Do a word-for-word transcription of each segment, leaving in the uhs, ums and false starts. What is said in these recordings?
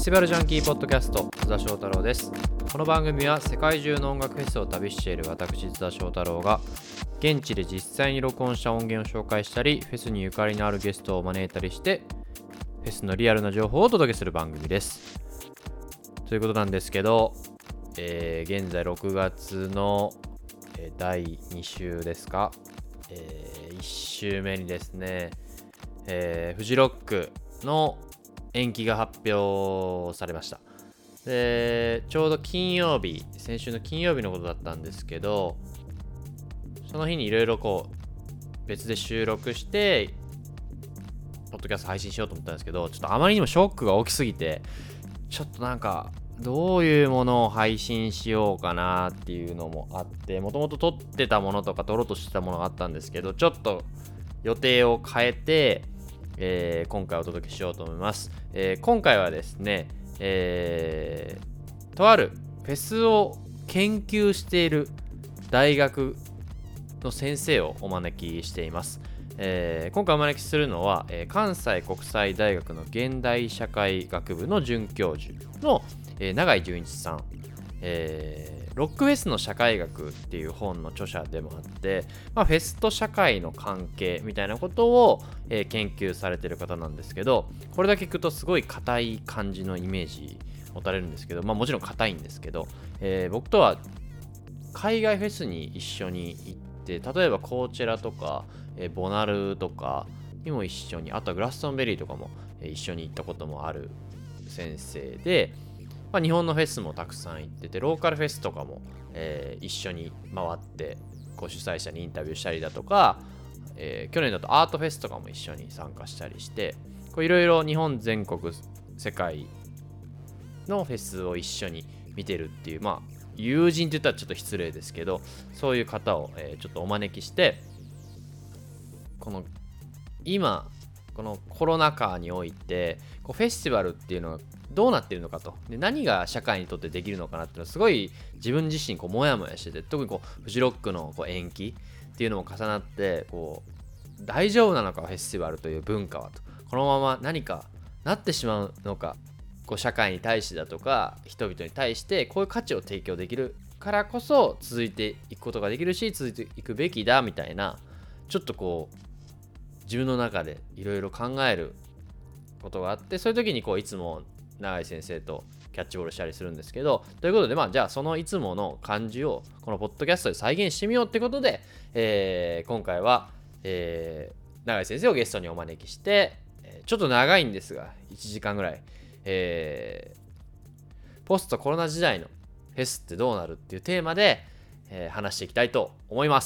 スティバルジャンキーポッドキャスト、津田翔太郎です。この番組は世界中の音楽フェスを旅している私津田翔太郎が現地で実際に録音した音源を紹介したり、フェスにゆかりのあるゲストを招いたりしてフェスのリアルな情報をお届けする番組です。ということなんですけど、えー、現在ろくがつの、えー、だいに週ですか、えー、いち週目にですね、えー、フジロックの延期が発表されました。で、ちょうど金曜日、先週の金曜日のことだったんですけど、その日にいろいろこう別で収録してポッドキャスト配信しようと思ったんですけど、ちょっとあまりにもショックが大きすぎて、ちょっとなんかどういうものを配信しようかなっていうのもあって、もともと撮ってたものとか撮ろうとしてたものがあったんですけど、ちょっと予定を変えて、えー、今回お届けしようと思います。えー、今回はですね、えー、とあるフェスを研究している大学の先生をお招きしています。えー、今回お招きするのは、えー、関西国際大学の現代社会学部の准教授の、えー、永井純一さん、えー、ロックフェスの社会学っていう本の著者でもあって、まあ、フェスと社会の関係みたいなことを、えー、研究されている方なんですけど、これだけ聞くとすごい硬い感じのイメージ持たれるんですけど、まあ、もちろん硬いんですけど、えー、僕とは海外フェスに一緒に行って、例えばコーチェラとか、えー、ボナルとかにも一緒に、あとはグラストンベリーとかも、えー、一緒に行ったこともある先生で、まあ、日本のフェスもたくさん行ってて、ローカルフェスとかも、えー、一緒に回ってこう主催者にインタビューしたりだとか、えー、去年だとアートフェスとかも一緒に参加したりして、いろいろ日本全国世界のフェスを一緒に見てるっていう、まあ友人って言ったらちょっと失礼ですけど、そういう方を、えー、ちょっとお招きして、この今このコロナ禍においてこうフェスティバルっていうのがどうなっているのかと、で何が社会にとってできるのかなっていうのはすごい自分自身こうモヤモヤしてて、特にこうフジロックのこう延期っていうのも重なって、こう大丈夫なのかフェスティバルという文化はと、このまま何かなってしまうのか、こう社会に対してだとか人々に対してこういう価値を提供できるからこそ続いていくことができるし、続いていくべきだみたいな、ちょっとこう自分の中でいろいろ考えることがあって、そういう時にこういつも永井先生とキャッチボールしたりするんですけど、ということで、まあじゃあそのいつもの感じをこのポッドキャストで再現してみようってことで、えー、今回は、えー、永井先生をゲストにお招きして、ちょっと長いんですがいちじかんぐらい、えー、ポストコロナ時代のフェスってどうなるっていうテーマで、えー、話していきたいと思います。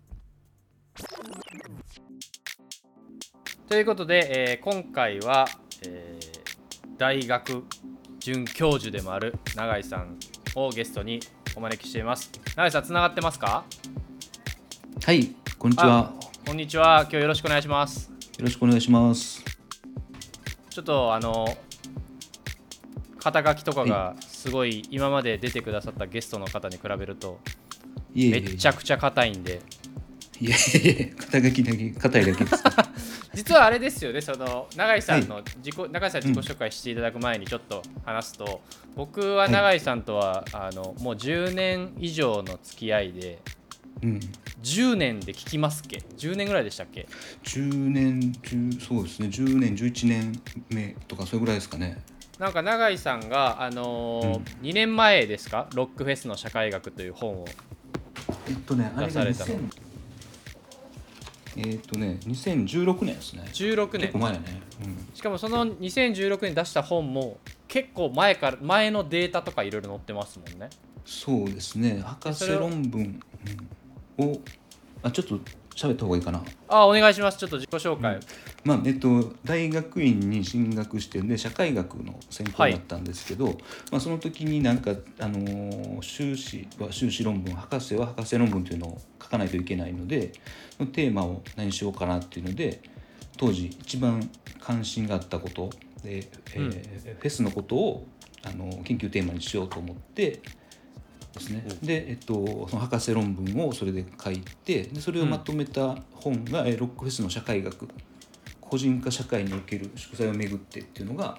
ということで、えー、今回は、えー、大学准教授でもある永井さんをゲストにお招きしています。永井さん、つながってますか？ はい、こんにちは。 こんにちは。今日よろしくお願いします。 よろしくお願いします。 ちょっとあの肩書きとかがすごい今まで出てくださったゲストの方に比べるとめちゃくちゃ硬いんで、 いやいやいや、肩書きだけ硬いだけですか。 実はあれですよね、その永井さんの自己、はい、永井さん自己紹介していただく前にちょっと話すと、うん、僕は永井さんとは、はい、あのもうじゅうねん以上の付き合いで、うん、じゅうねんで聞きますっけ？じゅうねんぐらいでしたっけ？ じゅうねん、そうですね、じゅうねんじゅういちねんめとかそれぐらいですかね。 なんか永井さんが、あのーうん、にねんまえですか、ロックフェスの社会学という本をえっとね出されたの。 えっとねにせんじゅうろくねんですね。 じゅうろくねん。 結構前やね、うん、 しかもそのにせんじゅうろくねん出した本も結構前から前のデータとかいろいろ載ってますもんね。 そうですね、博士論文をあちょっと喋った方がいいかな。 あ、お願いします。ちょっと自己紹介、うん、 まあえっと、大学院に進学してで社会学の専攻だったんですけど、はい、まあ、その時になんか、あのー、修士は修士論文、博士は博士論文というのを書かないといけないので、そのテーマを何しようかなっていうので、当時一番関心があったことで、うん、えー、フェスのことを、あのー、研究テーマにしようと思ってですね、で、えっと、その博士論文をそれで書いて、でそれをまとめた本が、うん、ロックフェスの社会学、個人化社会における祝祭をめぐってっていうのが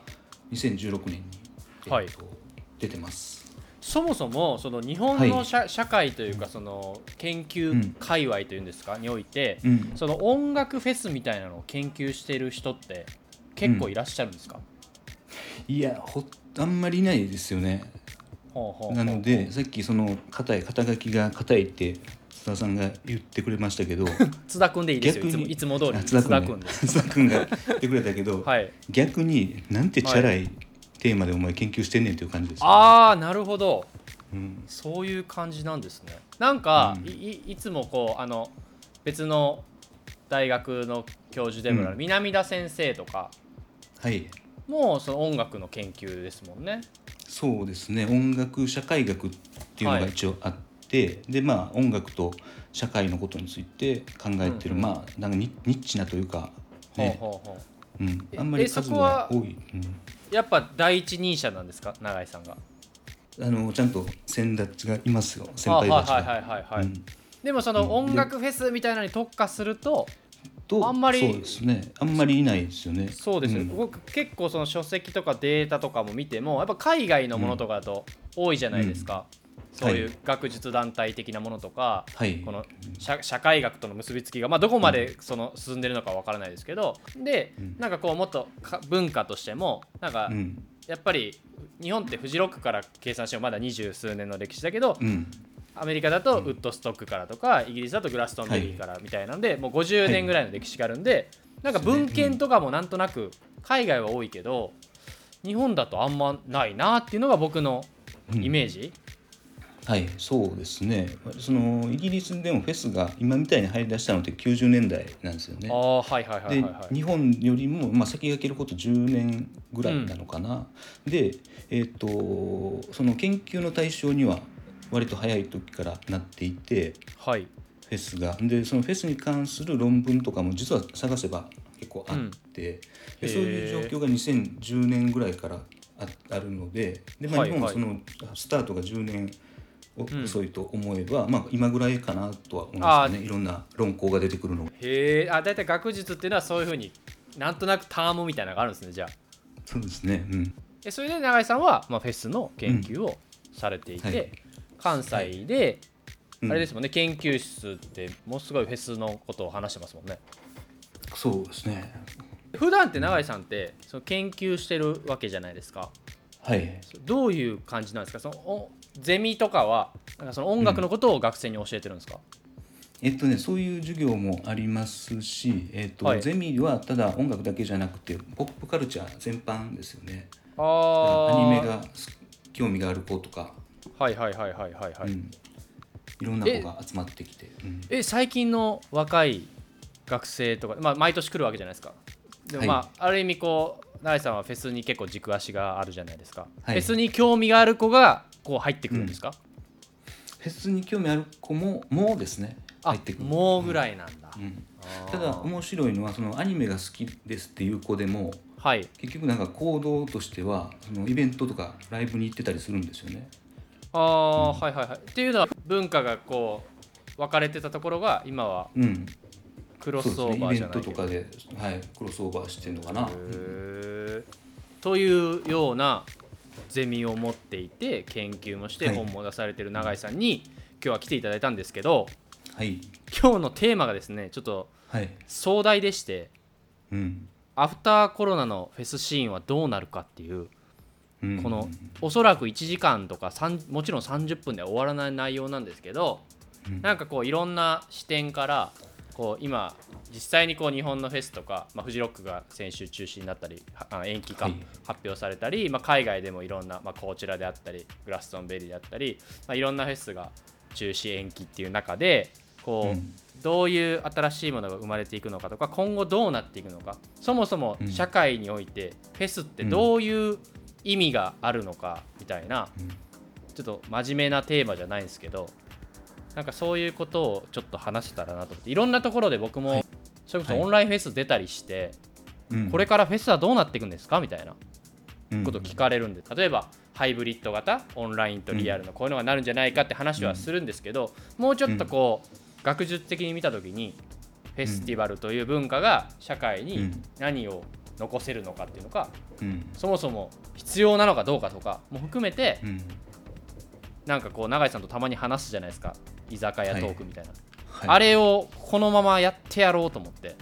にせんじゅうろくねんに、えーはいと出てます。 そもそもその日本の社、はい、社会というかその研究界隈というんですか、うん、において、うん、その音楽フェスみたいなのを研究している人って結構いらっしゃるんですか？ うん、いやほあんまりいないですよね。ほうほうほうほう。なのでさっきその硬い肩書きが硬いって津田さんが言ってくれましたけど津田君でいいですよ。いつも、いつも通り津田君、ね、津田君が言ってくれたけど、はい、逆になんてチャラい、はい、テーマでお前研究してんねんという感じです、ね、 ああなるほど、 うん、 そういう感じなんですね。なんか、うん、い, いつもこうあの別の大学の教授でもある、うん、南田先生とか、 はい、 もうその音楽の研究ですもんね。 そうですね、音楽社会学っていうのが一応あって、はい、でまあ音楽と社会のことについて考えてる、うんうん、まあなんかニッチなというか、ね、ほうほうほう、うん、あんまり数が多い、うん、 やっぱ第一人者なんですか、永井さんが。 あのちゃんと先達がいますよ、先輩たちが。 はいはいはいはい、うん、でもその音楽フェスみたいなのに特化すると、うん、あんまりそうですね、あんまりいないですよね。 そうですね、うん、僕結構その書籍とかデータとかも見てもやっぱ海外のものとかだと多いじゃないですか、うん、そういう学術団体的なものとか、はい、この 社, 社会学との結びつきが、まあ、どこまでその進んでるのかわからないですけど、で、うん、なんかこうもっと文化としてもなんか、うんやっぱり日本ってフジロックから計算してもまだ二十数年の歴史だけど、うん、アメリカだとウッドストックからとか、うん、イギリスだとグラストンベリーからみたいなので、はい、もうごじゅうねんぐらいの歴史があるんで、はい、なんか文献とかもなんとなく海外は多いけど日本だとあんまないなっていうのが僕のイメージ、 うん、はいそうですね。そのイギリスでもフェスが今みたいに入り出したのってきゅうじゅうねんだいなんですよね。 あはいはいはいはい、はい、 で日本よりも、まあ、先駆けることじゅうねんぐらいなのかな、うん、で、えーと、その研究の対象には割と早い時からなっていて、はい、フェスがでそのフェスに関する論文とかも実は探せば結構あって、うん、でそういう状況がにせんじゅうねんぐらいから あ, あるので、で、まあ、日本はそのスタートがじゅうねん遅いと思えば、うんまあ、今ぐらいかなとは思いますね。いろんな論考が出てくるのが。 へえ、あ、だいたい学術っていうのはそういうふうになんとなくタームみたいなのがあるんですね。じゃあそうですね、うん、 えそれで永井さんは、まあ、フェスの研究をされていて、うんはい、関西で、はい、あれですもんね、うん、研究室ってもうすごいフェスのことを話してますもんね。 そうですね。 普段って永井さんってその研究してるわけじゃないですか。 はい。 どういう感じなんですか。そのゼミとかはなんかその音楽のことを学生に教えてるんですか。 うん、えっとね、そういう授業もありますし、えっとはい、ゼミはただ音楽だけじゃなくてポップカルチャー全般ですよね。あアニメが興味がある子とか、 はいはいはいはいはいはい、うん、 いろんな子が集まってきて、 え、うん、え最近の若い学生とか、まあ、毎年来るわけじゃないですか。でもまあ、はい、ある意味こう永井さんはフェスに結構軸足があるじゃないですか、はい、フェスに興味がある子がこう入ってくるんですか。うん、 フェスに興味ある子ももうですね入ってくる。 もうぐらいなんだ、うんうん、 ただ面白いのはそのアニメが好きですっていう子でも、はい、結局なんか行動としてはそのイベントとかライブに行ってたりするんですよね。 ああ、うん、はいはいはい。っていうのは文化がこう分かれてたところが今は、うんクロスオーバーじゃないけど、 そうですね、イベントとかで、はい、クロスオーバーしてるのかな。 へというようなゼミを持っていて研究もして本も出されている永井さんに、はい、今日は来ていただいたんですけど、はい、今日のテーマがですねちょっと壮大でして、はいうん、アフターコロナのフェスシーンはどうなるかっていう、うん、このおそらくいちじかんとかもちろんさんじゅっぷんでは終わらない内容なんですけど、うん、なんかこういろんな視点からこう今実際にこう日本のフェスとか、まあ、フジロックが先週中止になったり延期か発表されたり、はいまあ、海外でもいろんな、まあ、こちらであったりグラストンベリーであったり、まあ、いろんなフェスが中止延期っていう中でこう、うん、どういう新しいものが生まれていくのかとか今後どうなっていくのか、そもそも社会においてフェスってどういう意味があるのかみたいな、うん、ちょっと真面目なテーマじゃないんですけど、なんかそういうことをちょっと話せたらなと思って、いろんなところで僕もそれこそオンラインフェス出たりして、はい、これからフェスはどうなっていくんですかみたいなことを聞かれるんで、例えばハイブリッド型オンラインとリアルのこういうのがなるんじゃないかって話はするんですけど、もうちょっとこう学術的に見た時にフェスティバルという文化が社会に何を残せるのかっていうのか、 うん、 そもそも必要なのかどうかとかも含めて、 うん、 なんかこう永井さんとたまに話すじゃないですか、居酒屋トークみたいな、 はいはい、 あれをこのままやってやろうと思って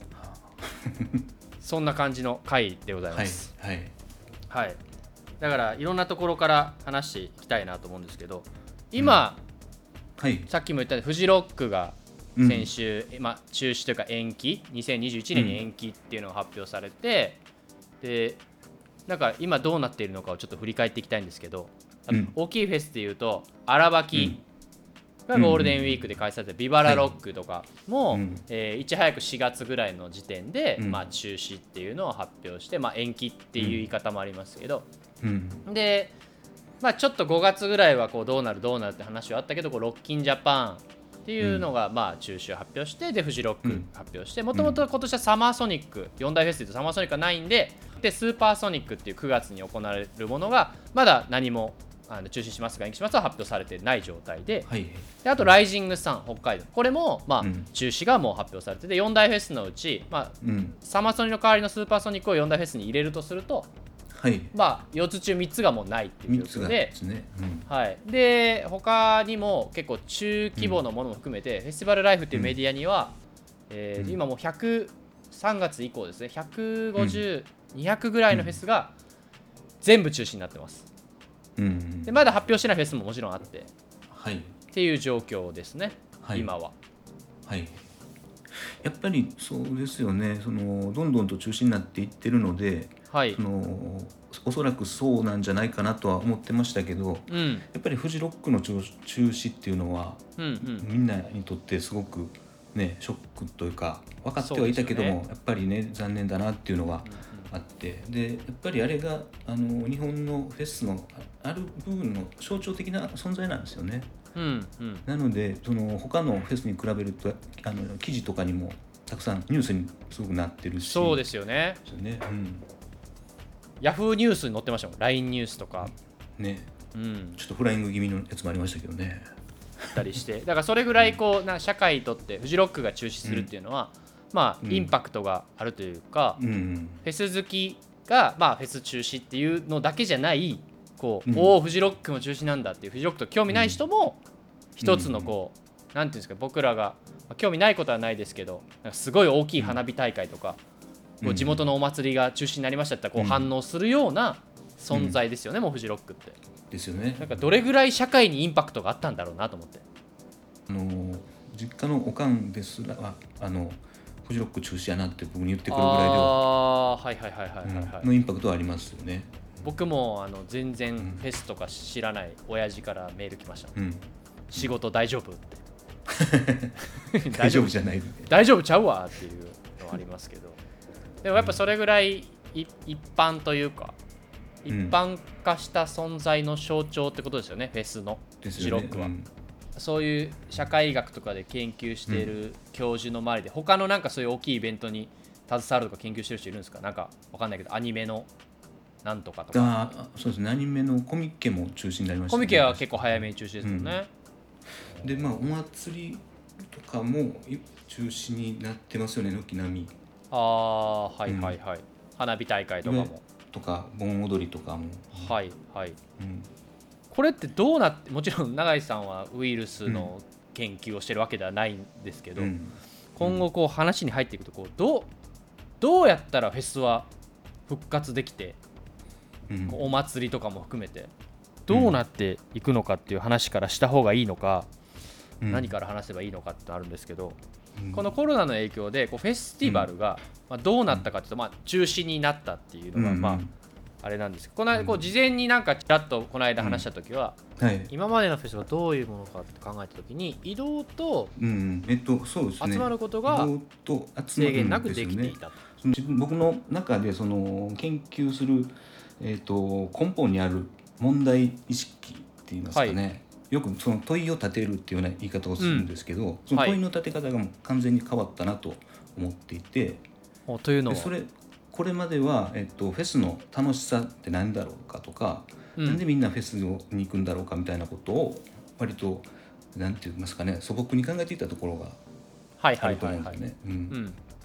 そんな感じの回でございます。 はい、 はいはい、だからいろんなところから話していきたいなと思うんですけど、今、うんはい、さっきも言ったようにフジロックが先週、うんまあ、中止というか延期にせんにじゅういちねんに延期っていうのが発表されて、うん、でなんか今どうなっているのかをちょっと振り返っていきたいんですけど、うん、大きいフェスでいうと荒ばきがゴールデンウィークで開催されたビバラロックとかも、はいえー、いち早くしがつぐらいの時点で、うんまあ、中止っていうのを発表して、まあ、延期っていう言い方もありますけど、うん、で、まあ、ちょっとごがつぐらいはこうどうなるどうなるって話はあったけど、こうロッキンジャパンっていうのがまあ中止を発表して、でフジロック発表して、もともと今年はサマーソニックよん大フェスでサマーソニックがないんで、でスーパーソニックっていうくがつに行われるものがまだ何もあの中止しますが延期しますは発表されてない状態 で,、はい、であとライジングサン北海道、これもまあ中止がもう発表されてて、よん大フェスのうち、まあうん、サマーソニの代わりのスーパーソニックをよん大フェスに入れるとすると、はいまあ、よっつ中みっつがもうないっていう状況で、ねうんはい、で他にも結構中規模のものも含めて、うん、フェスティバルライフっていうメディアには、うんえー、今もうひゃくさんがつ以降ですねひゃくごじゅう、うん、にひゃくぐらいのフェスが全部中止になってます、うん、でまだ発表してないフェスももちろんあって、はい、っていう状況ですね、はい、今は、 はい、やっぱりそうですよね。そのどんどんと中止になっていってるので、はい、そのおそらくそうなんじゃないかなとは思ってましたけど、うん、やっぱりフジロックの中止っていうのは、うんうん、みんなにとってすごく、ね、ショックというか分かってはいたけども、ね、やっぱりね残念だなっていうのがあって、うんうん、でやっぱりあれがあの日本のフェスのある部分の象徴的な存在なんですよね。うんうん、なのでその他のフェスに比べるとあの記事とかにもたくさんニュースにすごくなってるし、 そうですよね。 ね、うん、 ヤフーニュースに載ってましたもん、 ライン ニュースとかね、うん、ちょっとフライング気味のやつもありましたけどね。 たりしてだからそれぐらいこうな社会にとってフジロックが中止するっていうのは、うん、まあインパクトがあるというか、うん、フェス好きがまあフェス中止っていうのだけじゃないこう、うん、おおフジロックも中止なんだっていうフジロックと興味ない人も一つのこう、うん、なんていうんですか、僕らが興味ないことはないですけど、なんかすごい大きい花火大会とか、うん、こう地元のお祭りが中止になりましたってこう反応するような存在ですよね、うん、もうフジロックってですよね。 なんかどれぐらい社会にインパクトがあったんだろうなと思って、 あの実家のおかんですらあのフジロック中止やなって僕に言ってくるぐらいでは、 あはいはいはいはいはい、はい、 のインパクトはありますよね。 僕もあの全然フェスとか知らない親父からメール来ました、うん、仕事大丈夫って大丈夫じゃない、 大丈夫ちゃうわっていうのはありますけどでもやっぱそれぐらい一般というか一般化した存在の象徴ってことですよね、フェスのフジロックは、うん、そういう社会学とかで研究している教授の周りで、うん、他のなんかそういう大きいイベントに携わるとか研究してる人いるんですか？なんかわかんないけどアニメのなんとかとか。 あ、そうですね、アニメのコミケも中止になりました、 ね、コミケは結構早めに中止ですもんね、 うん、でまあお祭りとかも中止になってますよね、軒並み。 ああはいはいはい、うん、花火大会とかもとか盆踊りとかも、 はいはい、うん、これってどうなって、もちろん永井さんはウイルスの研究をしてるわけではないんですけど、うん、今後こう話に入っていくとこうどうどうやったらフェスは復活できて、うん、お祭りとかも含めてどうなっていくのかっていう話からした方がいいのか、うん、何から話せばいいのかってあるんですけど、うん、このコロナの影響でこうフェスティバルが、まあ、どうなったかというと、まあ、中止になったっていうのが、まああれなんですけど、このこう事前になんかちらっとこの間話した時は、うんはい、今までのフェスがどういうものかって考えた時に移動と集まることが制限なくできていたと、 うんうん、僕の中でその研究する、えー、と根本にある問題意識っていいますかね、はい、よくその問いを立てるっていうような言い方をするんですけど、うん、その問いの立て方がもう完全に変わったなと思っていて、 はい、というのはそれこれまでは、えっと、フェスの楽しさって何だろうかとか、うん、なんでみんなフェスに行くんだろうかみたいなことを割となんて言いますかね、素朴に考えていたところがあると思うんですね。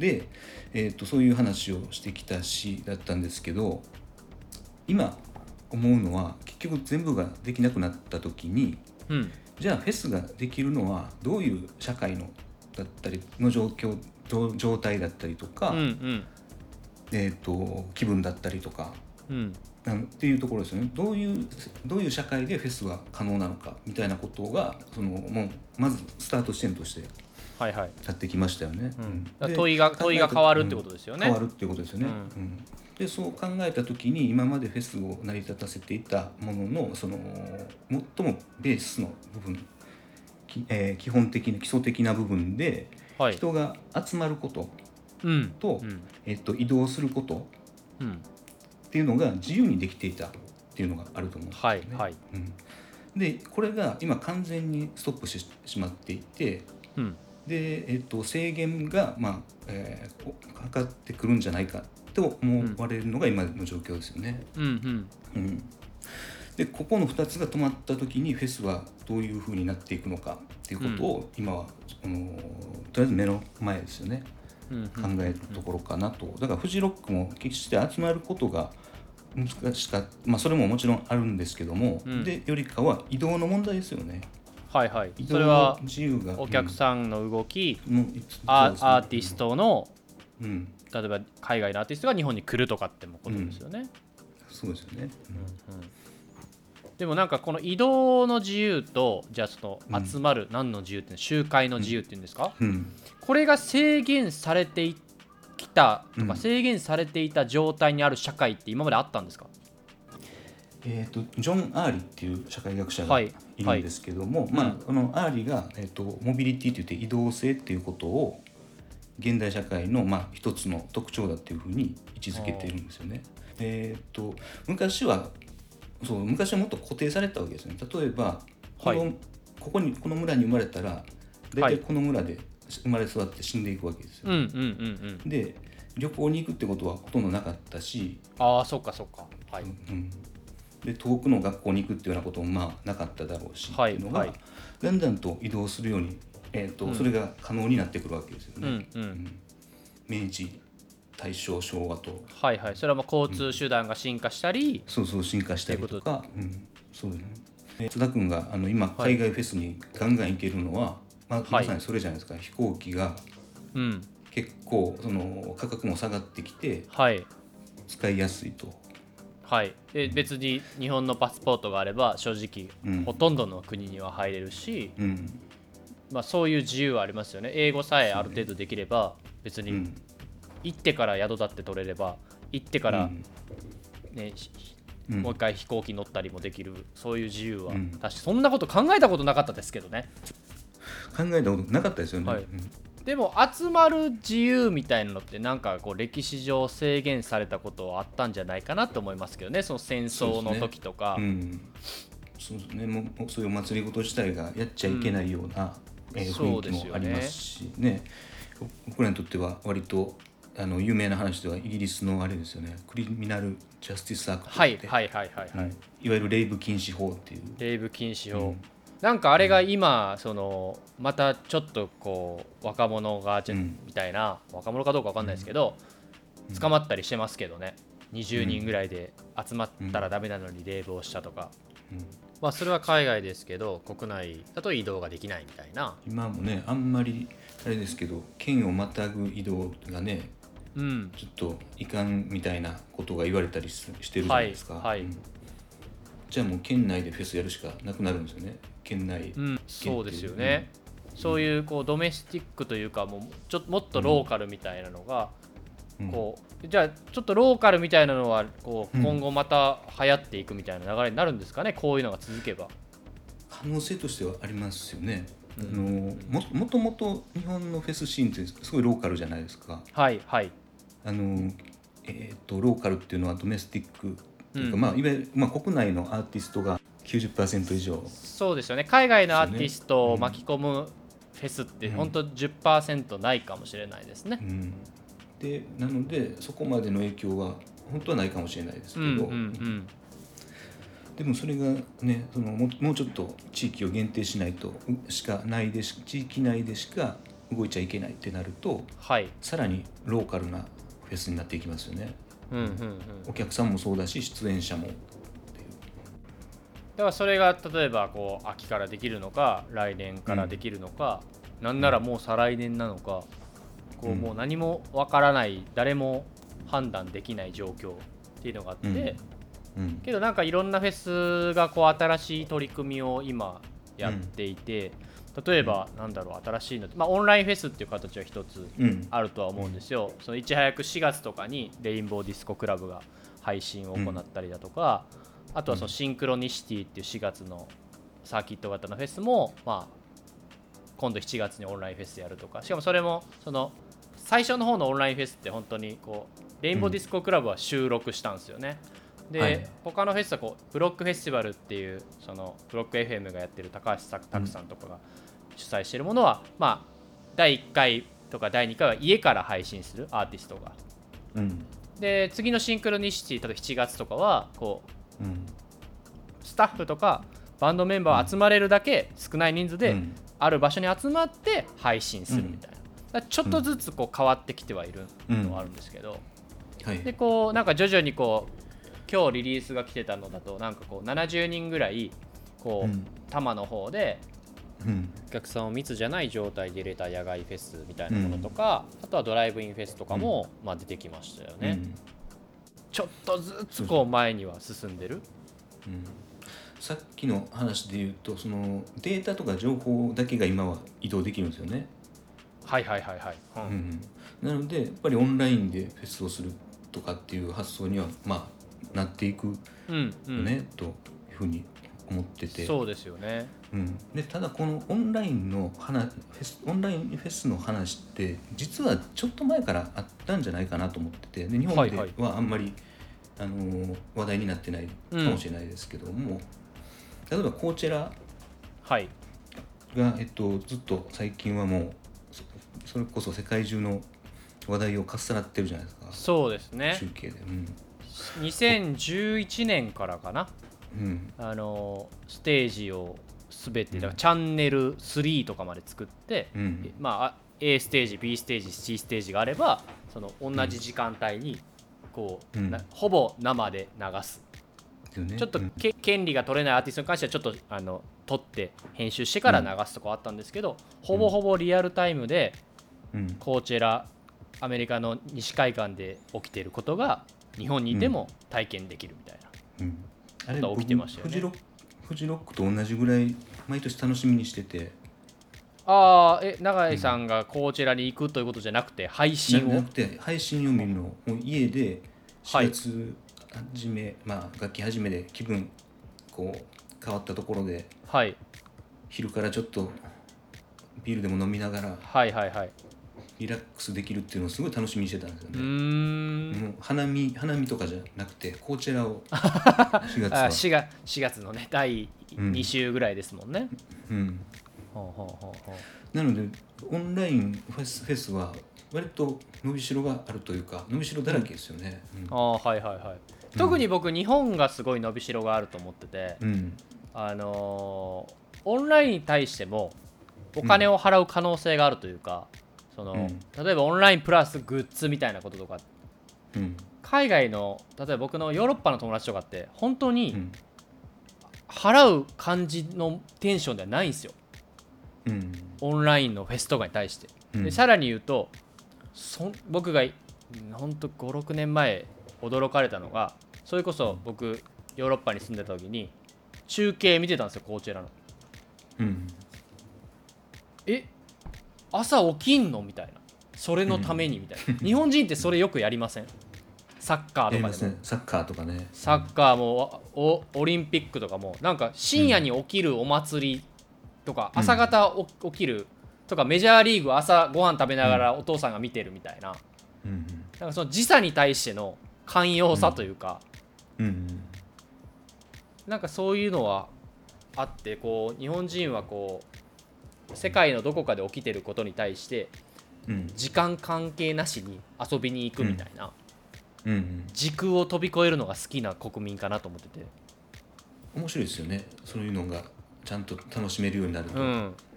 で、えー、とそういう話をしてきたしだったんですけど、今思うのは結局全部ができなくなった時に、 うん、 じゃあフェスができるのはどういう社会のだったりの状況状態だったりとか、 うんうんえー、と気分だったりとか、 うんなんっていうところですよね。どういうどういう社会でフェスが可能なのかみたいなことがそのもうまずスタート地点としてはいはい、 やってきましたよね。 うんうんだからで問いが問いが変わるってことですよね。 変わるっていうことですよね。 うんうんでそう考えた時に今までフェスを成り立たせていたもののその最もベースの部分、きえー基本的な基礎的な部分ではい、 人が集まることうんと、 うんえっと、移動することうんっていうのが自由にできていたっていうのがあると思うんですよね。 はいはい、 うんでこれが今完全にストップしてしまっていて、 うんで、えっと、制限が、まあえーこかかってくるんじゃないかと思われるのが今の状況ですよね。 うんうんうんでここのふたつが止まった時にフェスはどういう風になっていくのかっていうことを今は、あのとりあえず目の前ですよね、 うん考えるところかなと。だからフジロックも決して集まることが難しかった、まあ、それももちろんあるんですけども、 うんでよりかは移動の問題ですよね。 はいはい、 移動のそれは自由がお客さんの動き、 うんもういつアそうですねアーティストのうん例えば海外のアーティストが日本に来るとかってもことですよね。 そうですよね。 でもなんかこの移動の自由とじゃあその集まる何の自由っていうの集会の自由っていうんですか、 うんうんこれが制限されてきたとか、 うん制限されていた状態にある社会って今まであったんですか？ えー、とジョン・アーリっていう社会学者がはいいるんですけども、まあうんこのアーリが、えー、とモビリティといって移動性っていうことを現代社会の、まあ、一つの特徴だっていうふうに位置づけているんですよね。えー、と昔はそう昔はもっと固定されたわけですね。例えばこの、 はいここにこの村に生まれたら大はい体この村で生まれ育って死んでいくわけですよ。 うんうんうんうん。 で旅行に行くってことはほとんどなかったし、 ああそっかそっか。はい。 うん、で遠くの学校に行くっていうようなこともまあなかっただろうし、 はいっていうのが、 はいだんだんと移動するように、えーとうんそれが可能になってくるわけですようね。 んうん。 明治大正昭和とはいはい。それはまあ交通手段が進化したり、 そうそう進化したりっていうとか、うん、そうですね。で津田君があの今海外フェスにガンガン行けるのは、まあ、まさにそれじゃないですか。飛行機がうん結構その価格も下がってきてはい使いやすいと。 はい。で別に日本のパスポートがあれば正直、 うんほとんどの国には入れるし、 うんまあそういう自由はありますよね。英語さえある程度できれば別にうん行ってから宿だって取れれば行ってからうんね、しうんもう一回飛行機乗ったりもできるそういう自由は、 うん確かそんなこと考えたことなかったですけどね。 考えたことなかったですよね。 はいうんでも集まる自由みたいなのってなんかこう歴史上制限されたことはあったんじゃないかなと思いますけどね。その戦争の時とか、 うん、そうですね。もうそういうお祭りごと自体がやっちゃいけないような、えー雰囲気もありますしね。僕らにとっては割とあの有名な話ではイギリスのあれですよね。クリミナル・ジャスティス・アクトって、 はいはいはいはいはい、 うんいわゆるレイブ禁止法っていう。 レイブ禁止法、 うんなんかあれが今そのまたちょっとこう若者がじゃうんみたいな、若者かどうか分かんないですけど、 うん捕まったりしてますけどね。にじゅうにんぐらいで集まったらダメなのに冷房したとか、 うんまあそれは海外ですけど国内だと移動ができないみたいな。 今もねあんまりあれですけど県をまたぐ移動がねうんちょっといかんみたいなことが言われたりししてるじゃないですか。 はいはいうんじゃあもう県内でフェスやるしかなくなるんですよね。県内、 うん、そうですよね。そういうこうドメスティックというかもうちょっともっとローカルみたいなのが、 うんこうじゃあちょっとローカルみたいなのはこううん今後また流行っていくみたいな流れになるんですかね、こういうのが続けば。 可能性としてはありますよね。 うんあのももともと日本のフェスシーンってすごいローカルじゃないですか。 はいはい。 あの、えー、とローカルっていうのはドメスティックというか、 うんまあ、いわゆる、まあ、国内のアーティストが きゅうじゅっパーセント 以上。 そうですよね。海外のアーティストをそうね巻き込むフェスってうん本当 じゅっパーセント ないかもしれないですねう。ん、でなのでそこまでの影響は本当はないかもしれないですけど、 うんうんうん。 でもそれがねそのもうもうちょっと地域を限定しないとしかないでし地域内でしか動いちゃいけないってなると、 はい、 さらにローカルなフェスになっていきますよね。 うんうんうん、 お客さんもそうだし出演者も。 だからそれが例えばこう秋からできるのか来年からできるのか、うん、なんならもう再来年なのか、こうもう何もわからない、誰も判断できない状況っていうのがあって、うんうん、けどなんかいろんなフェスがこう新しい取り組みを今やっていて、うん、例えばなんだろう新しいの、まあ、オンラインフェスっていう形は一つあるとは思うんですよ、うん、そのいち早くしがつとかにレインボーディスコクラブが配信を行ったりだとか、うん、あとはそのシンクロニシティっていうしがつのサーキット型のフェスも、まあ、今度しちがつにオンラインフェスやるとか、しかもそれもその最初の方のオンラインフェスって本当にこうレインボーディスコクラブは収録したんですよね、うん、で、はい、他のフェスはこうブロックフェスティバルっていうそのブロック エフエム がやってる高橋拓さんとかが主催しているものは、うん、まあだいいっかいとかだいにかいは家から配信するアーティストが、うん、で次のシンクロニシティ例えばしちがつとかはこう、うん、スタッフとかバンドメンバー集まれるだけ少ない人数である場所に集まって配信するみたいな、だちょっとずつこう変わってきてはいるのはあるんですけど、うんはい、でこうなんか徐々にこう今日リリースが来てたのだとなんかこうななじゅうにんぐらいこう、うん、多摩の方でお客さんを密じゃない状態で入れた野外フェスみたいなものとか、うん、あとはドライブインフェスとかも、うんまあ、出てきましたよね、うん、ちょっとずつこう前には進んでる、 うん、さっきの話で言うとそのデータとか情報だけが今は移動できるんですよね。 はいはいはいはい、 うんうん、なのでやっぱりオンラインでフェスをするとかっていう発想にはまあなっていくよね、うんうん、というふうに思ってて、 そうですよね、 うん、でただこのオンラインの話フェスオンラインフェスの話って実はちょっと前からあったんじゃないかなと思ってて、で日本ではあんまり、はいはい、あの話題になってないかもしれないですけども、うん、例えばコーチェラが、はい、えっと、ずっと最近はもうそれこそ世界中の話題をかっさらってるじゃないですか。 そうですね、 中継で、うん、 にせんじゅういちねんからかな、うん、あのステージを全てだからチャンネルスリーとかまで作って、うん、まあ A ステージ B ステージ C ステージがあればその同じ時間帯にこう、うん、ほぼ生で流す、うん、ちょっと、うん、権利が取れないアーティストに関してはちょっとあの撮って編集してから流すとかあったんですけど、うん、ほぼほぼリアルタイムで、うん、コーチェラアメリカの西海岸で起きていることが日本にいても体験できるみたいなことが起きてましたよね、うん、 フジロック、フジロックと同じぐらい毎年楽しみにしてて、 ああ、え永井さんがこちらに行くということじゃなくて配信をじゃなくて配信を見るのをもう家でしがつ初め、はい、まあ楽器始めで気分こう変わったところで、はい、昼からちょっとビールでも飲みながら、はいはいはい、リラックスできるっていうのをすごい楽しみにしてたんですよね。うーん、もう花見花見とかじゃなくてコーチェラをしがつはあ しがつ, しがつのねだいに週ぐらいですもんね、うん、うん、 ほうほうほうほう。なのでオンラインフェス、フェスは割と伸びしろがあるというか伸びしろだらけですよね、 うんうん、あはいはいはい、特に僕、うん、日本がすごい伸びしろがあると思ってて、うん、あのー、オンラインに対してもお金を払う可能性があるというか、その、うん、例えばオンラインプラスグッズみたいなこととか、うん、海外の例えば僕のヨーロッパの友達とかって本当に払う感じのテンションではないんですよ、うん、オンラインのフェスとかに対して、うん、でさらに言うとそ僕が本当ごろくねんまえ驚かれたのが、それこそ僕ヨーロッパに住んでた時に中継見てたんですよ、コーチェラの、うん、え朝起きんのみたいな、それのためにみたいな、うん、日本人ってそれよくやりません？サッカーとかでも、ね、 サッカーとかね、 サッカーも お, オリンピックとかもなんか深夜に起きるお祭りとか、うん、朝方起きるとか、メジャーリーグ朝ご飯食べながらお父さんが見てるみたいな、うん、なんかその時差に対しての寛容さというか、うんうん、なんかそういうのはあって、こう日本人はこう世界のどこかで起きてることに対して時間関係なしに遊びに行くみたいな、うんうん、時空を飛び越えるのが好きな国民かなと思ってて、 面白いですよね、そういうのがちゃんと楽しめるようになると、うん、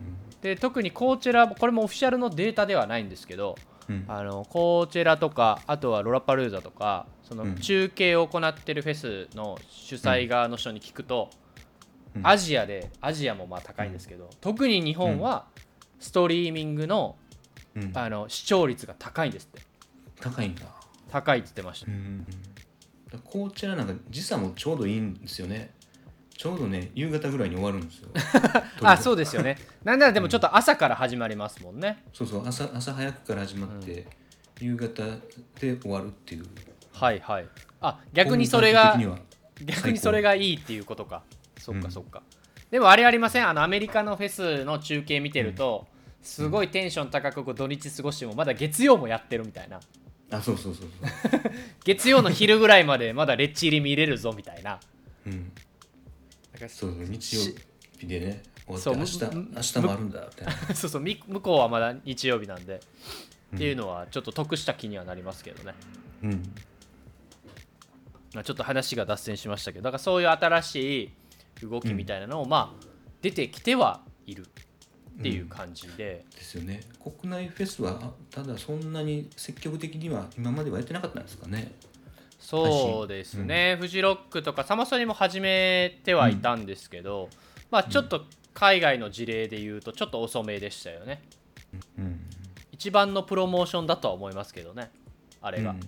で特にコーチェラ、これもオフィシャルのデータではないんですけど、うん、あのコーチェラとかあとはロラパルーザとかその中継を行っているフェスの主催側の人に聞くと、うん、アジアでアジアもまあ高いんですけど、うん、特に日本はストリーミング の,、うん、あの視聴率が高いんですって。 高いんだ。 高いって言ってました、 うんうん、コーチェラなんか時差もちょうどいいんですよね。ちょうどね夕方ぐらいに終わるんですよあ、そうですよね。なんならでもちょっと朝から始まりますもんね、 うん、そうそう 朝, 朝早くから始まって、うん、夕方で終わるっていう。 はいはい。あ、逆にそれが逆にそれがいいっていうことか。そっかそっか、うん、でもあれありません？あのアメリカのフェスの中継見てると、うん、すごいテンション高くこう土日過ごしてもまだ月曜もやってるみたいな。 あ、そうそうそうそう月曜の昼ぐらいまでまだレッチリ見れるぞみたいな。うん。 そうそう、日曜日でね終わって明日明日もあるんだみたいなそうそう、向こうはまだ日曜日なんで、うん、っていうのはちょっと得した気にはなりますけどね。うん。まあ、ちょっと話が脱線しましたけど、だからそういう新しい動きみたいなのを、うん、まあ出てきてはいるっていう感じで、 うん、ですよね。国内フェスはただそんなに積極的には今まではやってなかったんですかね。 そうですね、うん、フジロックとかサマソニも始めてはいたんですけど、うん、まあちょっと海外の事例で言うとちょっと遅めでしたよね、うん、一番のプロモーションだとは思いますけどね、あれが、うん、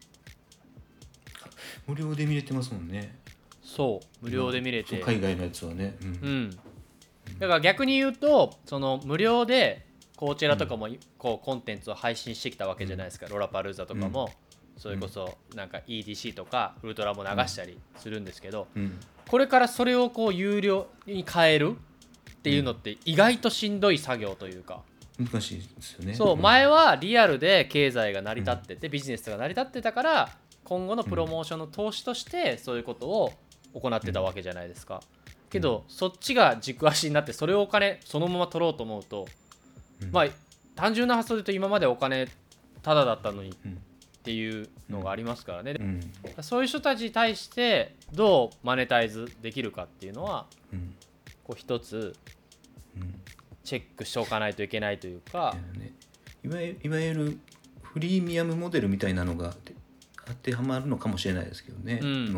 無料で見れてますもんね。 そう無料で見れて、 海外のやつはね、うんうん、 だから逆に言うとその無料でこちらとかもこうコンテンツを配信してきたわけじゃないですか、うん、ロラパルーザとかも、うん、それこそなんか イーディーシー とかウルトラも流したりするんですけど、うん、これからそれをこう有料に変えるっていうのって意外としんどい作業というか、 難しいですよね。 そう前はリアルで経済が成り立ってて、ビジネスが成り立ってたから今後のプロモーションの投資としてそういうことを行ってたわけじゃないですか。けどそっちが軸足になってそれをお金そのまま取ろうと思うと、まあ単純な発想で言うと今までお金タダだったのにっていうのがありますからね、うんうん、そういう人たちに対してどうマネタイズできるかっていうのは、うん、こう一つチェックしておかないといけないというか、 うんね、いわゆる、いわゆるフリーミアムモデルみたいなのが当てはまるのかもしれないですけどね、うんうんうん、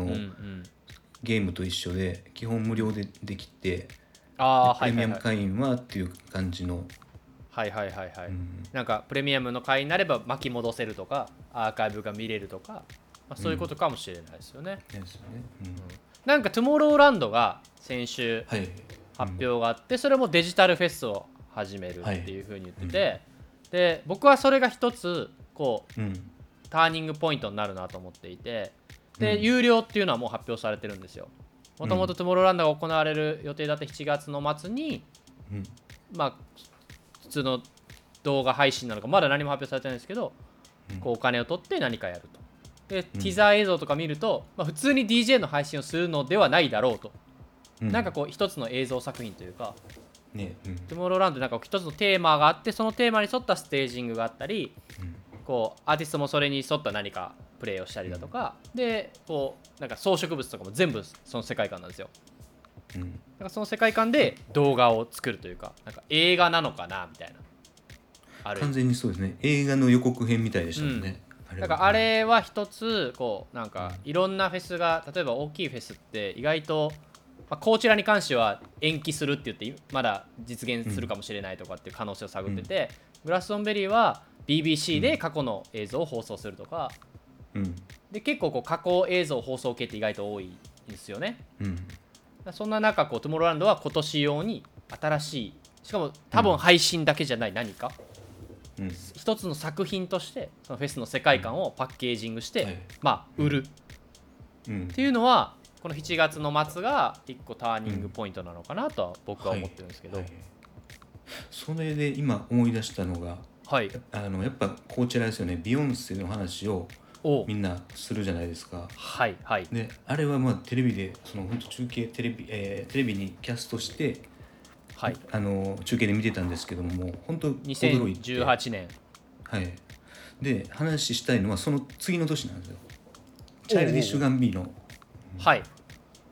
ゲームと一緒で基本無料でできて、あプレミアム会員はっていう感じの、 はいはいはいはい、うん、なんかプレミアムの会員になれば巻き戻せるとかアーカイブが見れるとか、まあ、そういうことかもしれないですよね、うんですよね、うん、なんかトゥモローランドが先週発表があって、はい、それもデジタルフェスを始めるっていう風に言ってて、はい、で僕はそれが一つこう、うん、ターニングポイントになるなと思っていて、で、うん、有料っていうのはもう発表されてるんですよ。もともとトゥモローランドが行われる予定だってしちがつの末に、うん、まあ普通の動画配信なのかまだ何も発表されてないんですけど、うん、こうお金を取って何かやると。で、うん、ティザー映像とか見ると、まあ、普通に ディージェー の配信をするのではないだろうと、うん、なんかこう一つの映像作品というか、ねうん、トゥモローランドなんか一つのテーマがあってそのテーマに沿ったステージングがあったり、うん、こうアーティストもそれに沿った何かプレイをしたりだとか、うん、でこうなんか装飾物とかも全部その世界観なんですよ、うん、なんかその世界観で動画を作るというか、なんか映画なのかなみたいな、 あれ完全にそうですね、映画の予告編みたいでしたもんね、 うん、だからあれは一つこうなんかいろんなフェスが、例えば大きいフェスって意外と、まあ、こちらに関しては延期するって言ってまだ実現するかもしれないとかっていう可能性を探ってて、うん、グラスオンベリーは ビービーシー で過去の映像を放送するとか、うん、で結構こう過去映像放送系って意外と多いんですよね、うん、そんな中こうトゥモローランドは今年用に新しい、しかも多分配信だけじゃない何か、うん、一つの作品としてそのフェスの世界観をパッケージングして、はい、まあ売る、うん、っていうのはこのしちがつの末が一個ターニングポイントなのかなとは僕は思ってるんですけど、はいはい、 それで今思い出したのが、はい、あのやっぱこちらですよね、ビヨンセの話をみんなするじゃないですか。 はいはい。 であれはまあテレビでその本当中継テレビ、えー、テレビにキャストして、はい、あの中継で見てたんですけども、本当驚いてにせんじゅうはちねん、はい、で話したいのはその次の年なんですよ、チャイルディッシュガンビーノ、うん、はい。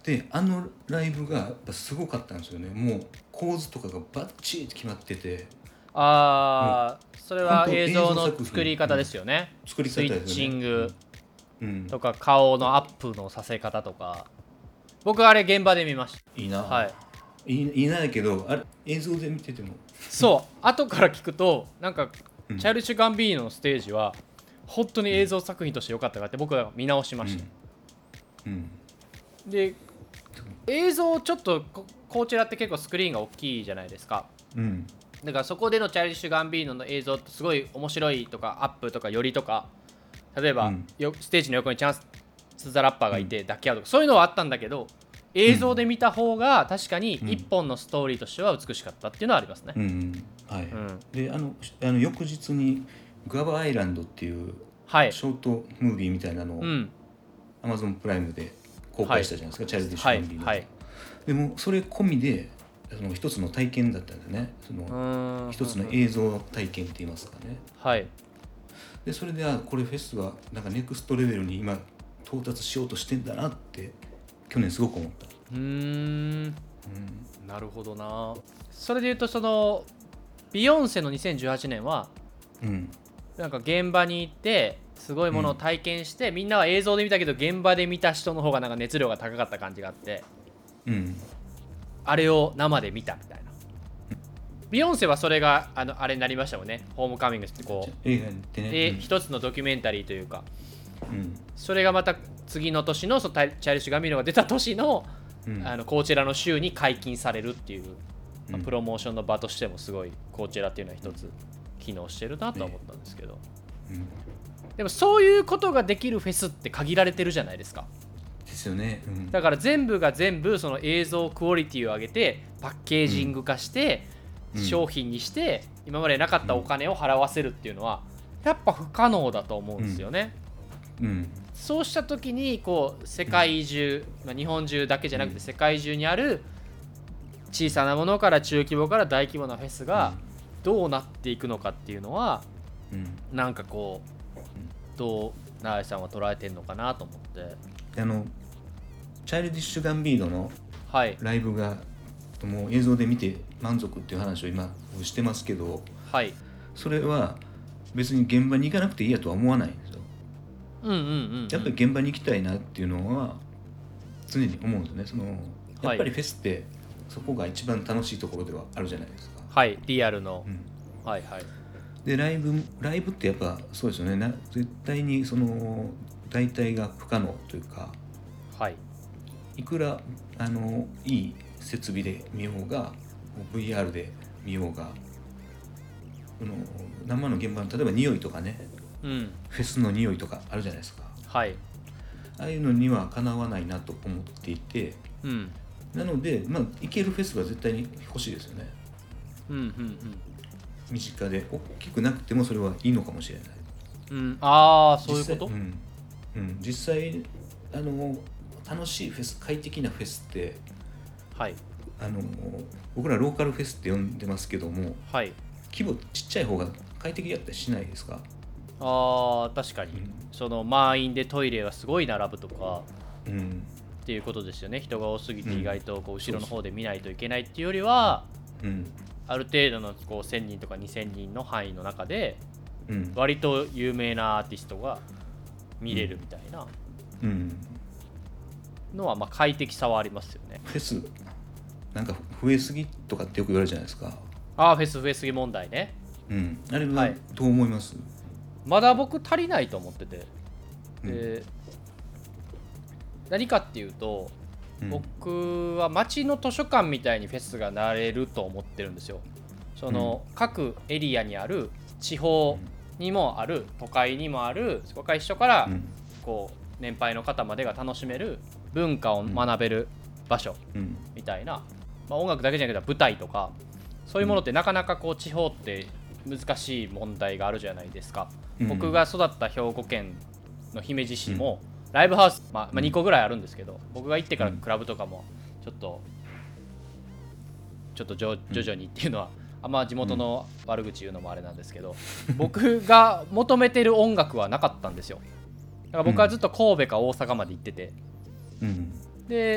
であのライブがやっぱすごかったんですよね。もう構図とかがバッチリって決まってて、 あー、それは本当映像の映像作品作り方ですよね、 うん作り方スイですよねッチングうんとか顔のアップのさせ方とか、僕あれ現場で見ましいいな、 た。はいいいいいないけどあれ映像で見ててもそう後から聞くとなんか、 うんチャイルシュ・ガンビーノのステージは本当に映像作品として良かったかって僕は見直しました、 うんで映像ちょっとここちらって結構スクリーンが大きいじゃないですか。 うんだからそこでのチャイルシュ・ガンビーノの映像ってすごい面白いとかアップとか寄りとか、例えば、 うんよステージの横にチャンス・ザ・ラッパーがいて抱き合うとか、そういうのはあったんだけど映像で見た方が確かに一本のストーリーとしては美しかったっていうのはありますね。 うんうんはい、 うんであのあの翌日にグアバアイランドっていうはい。 ショートムービーみたいなのをうん。 アマゾンプライムで公開したじゃないですか、チャイルディッシはいュガンビーノ、 はい。 でもそれ込みでその一つの体験だったんですね。そのうーん一つの映像体験って言いますかね。 はい。 でそれであこれフェスはなんかネクストレベルに今到達しようとしてんだなって去年すごく思った。 うーん。 うんなるほどな。それで言うとそのビヨンセのにせんじゅうはちねんはうんなんか現場に行ってすごいものを体験して、みんなは映像で見たけど現場で見た人の方がなんか熱量が高かった感じがあって、 うんあれを生で見たみたいな。ビヨンセはそれがあのあれになりましたもんね。ホームカミングってこう映画ってね、 で一つのドキュメンタリーというか、 うんそれがまた次の年のそのタイチャイルシュ・ガンビーノが出た年のうんあのこちらの週に解禁されるっていう、まあうんプロモーションの場としてもすごいこちらっていうのは一つ機能してるなとは思ったんですけど、 うんでもそういうことができるフェスって限られてるじゃないですか。 ですよね。うんだから全部が全部その映像クオリティを上げてパッケージング化して、 うん商品にして今までなかったお金を払わせるっていうのはやっぱ不可能だと思うんですよね。 うんそうした時にこう世界中、まあ、日本中だけじゃなくて世界中にある小さなものから中規模から大規模なフェスがどうなっていくのかっていうのはうんなんかこうどう永井さんは捉えてるのかなと思って。 あのチャイルディッシュ・ガンビーノのはいライブがもう映像で見て満足っていう話を今してますけど、 はい。 それは別に現場に行かなくていいやとは思わないんですよ。 うんうんうん、うん、 やっぱり現場に行きたいなっていうのは常に思うんですよね。そのやっぱりフェスってそこが一番楽しいところではあるじゃないですか。 はいリアルの、 うんはいはいでライブライブってやっぱそうですよね。な絶対にその代替が不可能というか、 はいいくらあのいい設備で見ようが ブイアール で見ようが、この生の現場の例えば匂いとかね、 うんフェスの匂いとかあるじゃないですか。 はいああいうのにはかなわないなと思っていて、 うんなので、まあ、行けるフェスは絶対に欲しいですよね。 うんうん身近で大きくなくてもそれはいいのかもしれない。 うんうんああそういうこと実際、うんうん、実際あの楽しいフェス、快適なフェスってはいあの僕らローカルフェスって呼んでますけども、 はい規模ちっちゃい方が快適やったりしないですか？ あー確かに、 うんその満員でトイレがすごい並ぶとかうんっていうことですよね。人が多すぎてうん意外とこう後ろの方で見ないといけないっていうよりは、 うんある程度のこうせんにんとかにせんにんの範囲の中でうん割と有名なアーティストが見れるみたいなうんのはまあ快適さはありますよね。 フェスなんか増えすぎとかってよく言われるじゃないですか。 ああフェス増えすぎ問題ね。 うん、あれははいどう思います？ まだ僕足りないと思ってて、 うんで何かっていうと、 うん僕は町の図書館みたいにフェスがなれると思ってるんですよ。その、各エリアにある地方にもある都会にもある若い人からうんこう年配の方までが楽しめる文化を学べる場所うんみたいな、まあ、音楽だけじゃなくて舞台とかそういうものってなかなかこう地方って難しい問題があるじゃないですか。 うん僕が育った兵庫県の姫路市もライブハウス、まあまあ、にこぐらいあるんですけど、僕が行ってからクラブとかもちょっとちょっと徐徐々にっていうのはあんま地元の悪口言うのもあれなんですけど、僕が求めてる音楽はなかったんですよ。だから僕はずっと神戸か大阪まで行ってて、 うんで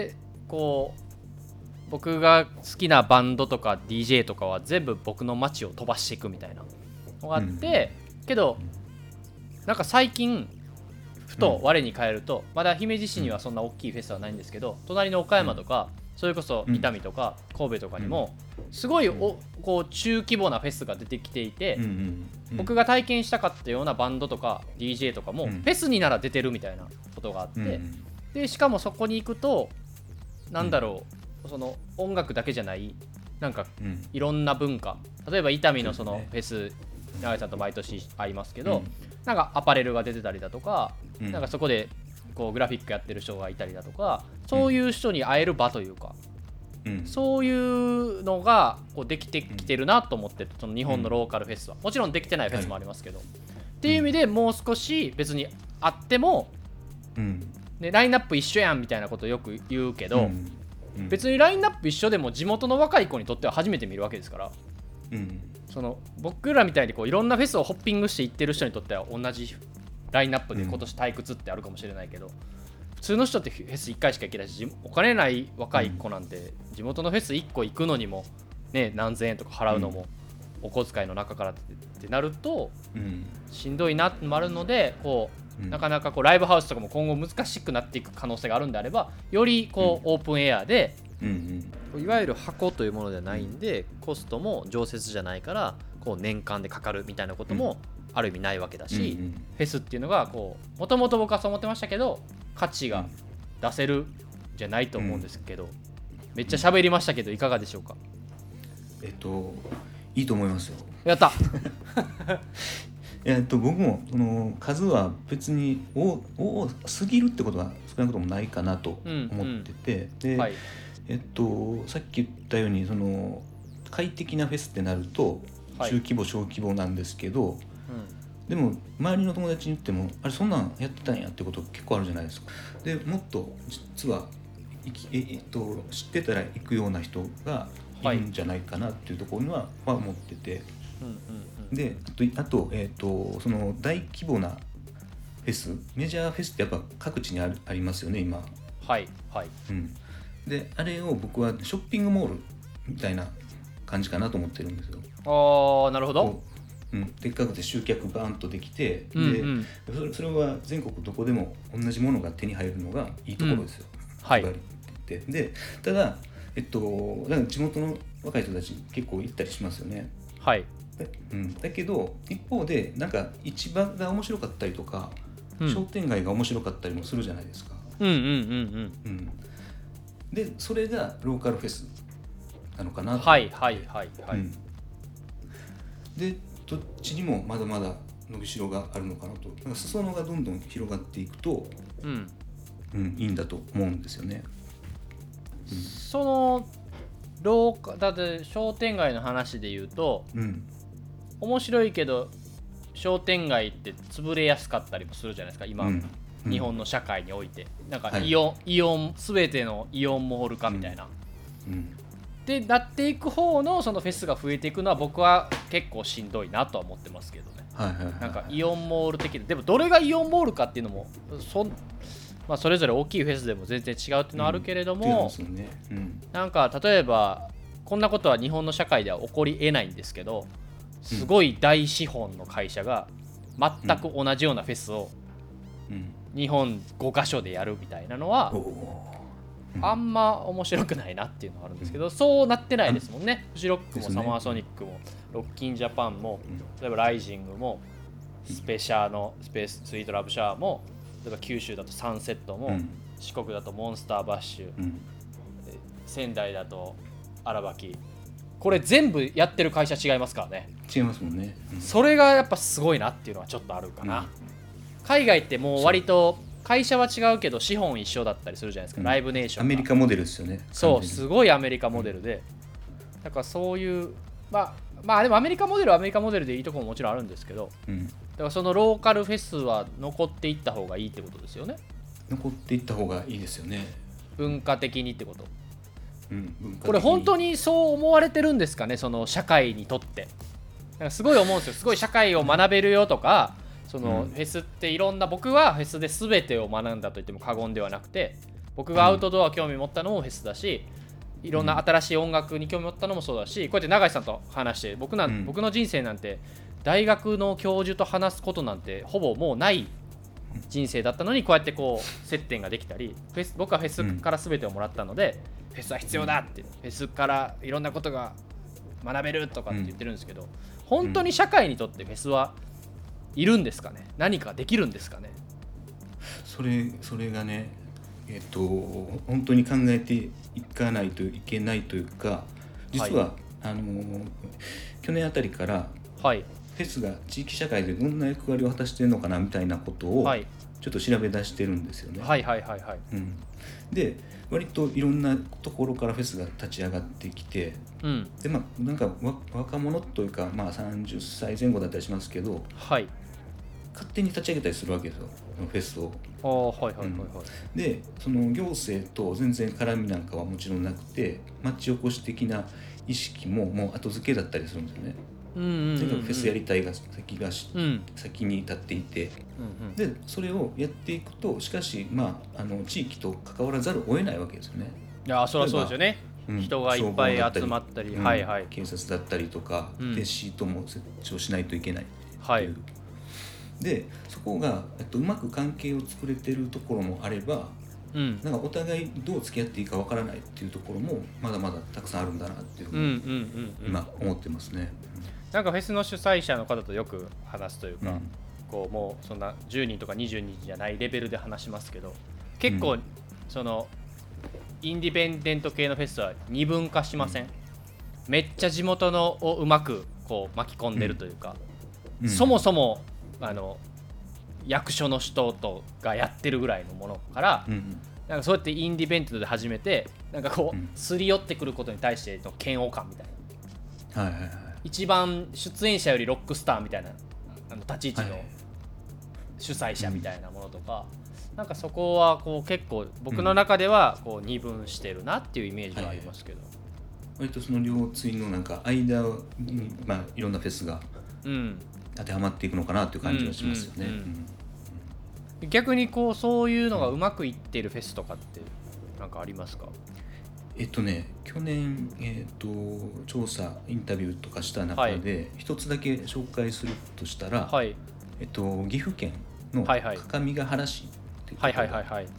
こう僕が好きなバンドとか ディージェー とかは全部僕の街を飛ばしていくみたいなのがあって、うん、けどなんか最近ふと我に返ると、うん、まだ姫路市にはそんな大きいフェスはないんですけど、隣の岡山とか、うん、それこそ伊丹とか神戸とかにもすごいおこう中規模なフェスが出てきていて、うんうんうん、僕が体験したかったようなバンドとか ディージェー とかもフェスになら出てるみたいなことがあって、うんうん、でしかもそこに行くとなんだろう、その音楽だけじゃないなんかいろんな文化、例えば伊丹のそのフェス、永井さんと毎年会いますけど、うん、なんかアパレルが出てたりだとか、うん、なんかそこでこうグラフィックやってる人がいたりだとか、そういう人に会える場というか、うん、そういうのがこうできてきてるなと思って、その日本のローカルフェスはもちろんできてないフェスもありますけど、はい、っていう意味でもう少し別にあっても、うんね、ラインナップ一緒やんみたいなことをよく言うけど、うんうん、別にラインナップ一緒でも地元の若い子にとっては初めて見るわけですから、うん、その僕らみたいにこういろんなフェスをホッピングして行ってる人にとっては同じラインナップで今年退屈ってあるかもしれないけど、うん、普通の人ってフェスいっかいしか行けないし、お金ない若い子なんて地元のフェスいっこ行くのにも、ね、何千円とか払うのもお小遣いの中からってなるとしんどいなってもあるので、こうなかなかこうライブハウスとかも今後難しくなっていく可能性があるんであれば、よりこうオープンエアで、うんうん、いわゆる箱というものではないんで、コストも常設じゃないからこう年間でかかるみたいなこともある意味ないわけだし、うんうん、フェスっていうのがこうもともと僕はそう思ってましたけど価値が出せるじゃないと思うんですけど、うん、めっちゃ喋りましたけどいかがでしょうか。 えっといいと思いますよ。 やったえっと僕もその数は別に多すぎるってことは少なくともないかなと思ってて、うんうん、で、はい、えっとさっき言ったようにその快適なフェスってなると中規模、はい、小規模なんですけど、うん、でも周りの友達に言ってもあれそんなんやってたんやってこと結構あるじゃないですか。でもっと実はええっと知ってたら行くような人がいるんじゃないかなっていうところには、は思ってて、うんうんうん、であと、あと、えーと、その大規模なフェス、メジャーフェスってやっぱ各地に あ, るありますよね今。 はいはい、 うん、であれを僕はショッピングモールみたいな感じかなと思ってるんですよ。 ああなるほど。 うん、でっかくて集客バーンとできて、 うんうん、 で そ, れそれは全国どこでも同じものが手に入るのがいいところですよ、 うん、はい。 でただえっとだから地元の若い人たち結構行ったりしますよね。 はい。 うん、だけど一方でなんか市場が面白かったりとか、うん、商店街が面白かったりもするじゃないですか。 うんうんうんうん、うん、 でそれがローカルフェスなのかなと。 はいはいはいはい、うん、 でどっちにもまだまだ伸びしろがあるのかなと。なんか裾野がどんどん広がっていくと、うんうん、いいんだと思うんですよね。 うん、そのローカだって商店街の話で言うと、うん、面白いけど商店街って潰れやすかったりもするじゃないですか今、うんうん、日本の社会においてなんかイオン、はい、イオン全てのイオンモール化みたいな、うんうん、でなっていく方のそのフェスが増えていくのは僕は結構しんどいなとは思ってますけどね、はいはいはいはい、なんかイオンモール的ででもどれがイオンモールかっていうのもそまあ、それぞれ大きいフェスでも全然違うっていうのはあるけれども、うんねうん、なんか例えばこんなことは日本の社会では起こり得ないんですけど、すごい大資本の会社が全く同じようなフェスを日本ごカ所でやるみたいなのはあんま面白くないなっていうのがあるんですけど、そうなってないですもんね。フジロックもサマーソニックもロッキンジャパンも例えばライジングもスペシャーのスペーススイートラブシャワーも例えば九州だとサンセットも、うん、四国だとモンスターバッシュ、うん、仙台だと荒垣、これ全部やってる会社違いますからね。 違いますもんね、 うん、それがやっぱすごいなっていうのはちょっとあるかな、うん、海外ってもう割と会社は違うけど資本一緒だったりするじゃないですか、うん、ライブネーションアメリカモデルですよね。 そうすごいアメリカモデルで、だからそういうまあまあでもアメリカモデルはアメリカモデルでいいところももちろんあるんですけど、うん、だからそのローカルフェスは残っていった方がいいってことですよね。 残っていった方がいいですよね。 文化的にってこと、 うん、文化的にこれ本当にそう思われてるんですかね、その社会にとって。なんかすごい思うんですよ。すごい社会を学べるよとか、そのフェスっていろんな、僕はフェスで全てを学んだと言っても過言ではなくて、 僕がアウトドア興味持ったのもフェスだし、いろんな新しい音楽に興味持ったのもそうだし、こうやって永井さんと話して僕なん、うん、僕の人生なんて大学の教授と話すことなんてほぼもうない人生だったのに、こうやってこう接点ができたり、フェス僕はフェスから全てをもらったので、うん、フェスは必要だって、フェスからいろんなことが学べるとかって言ってるんですけど、本当に社会にとってフェスはいるんですかね。何かできるんですかね。 それそれがね、えっと本当に考えていかないといけないというか、実は、はい、あの去年あたりから、はい、フェスが地域社会でどんな役割を果たしているのかなみたいなことをちょっと調べ出してるんですよね。 はいはいはいはい。 うん、で割といろんなところからフェスが立ち上がってきて、うん、でまあなんか若者というか、まあ、さんじゅっさいぜん後だったりしますけど、はい、勝手に立ち上げたりするわけですよ、フェスを。あ、はいはいはいはい。うん、でその行政と全然絡みなんかはもちろんなくて、町おこし的な意識ももう後付けだったりするんですよね。うんうんうんうん、フェスやりたいが先がし、うん、先に立っていて、うんうん、でそれをやっていくと、しかし、まあ、あの地域と関わらざるを得ないわけですよね。 いや、そりゃそうですよね、うん、人がいっぱい集まったり、 うん、 はいはい、 警察だったりとか、うん、でシートも設置をしないといけないっていう、 はい、 でそこが、えっと、うまく関係を作れてるところもあれば、うん、なんかお互いどう付き合っていいかわからないっていうところもまだまだたくさんあるんだなっていうふうに今思ってますね。 なんかフェスの主催者の方とよく話すというか、うん、こうもうそんなじゅうにんとかにじゅうにんじゃないレベルで話しますけど、結構そのインディペンデント系のフェスは二分化しません？うん、めっちゃ地元のをうまくこう巻き込んでるというか、うん、そもそもあの役所の人とがやってるぐらいのものから、うん、なんかそうやってインディペンデントで始めて、なんかこう、うん、すり寄ってくることに対しての嫌悪感みたいな、はいはいはい、一番出演者よりロックスターみたいなあの立ち位置の主催者みたいなものとか、はい、なんかそこはこう結構僕の中ではこう二分してるなっていうイメージはありますけど、 うん、割とその両対のなんか間に、まあ、いろんなフェスが当てはまっていくのかなという感じがしますよね。 逆にこうそういうのがうまくいってるフェスとかってなんかありますか？ えっとね、去年、えー、と調査インタビューとかした中で一つだけ紹介するとしたら、はい、えっと、岐阜県の各務原市っていうところがあって、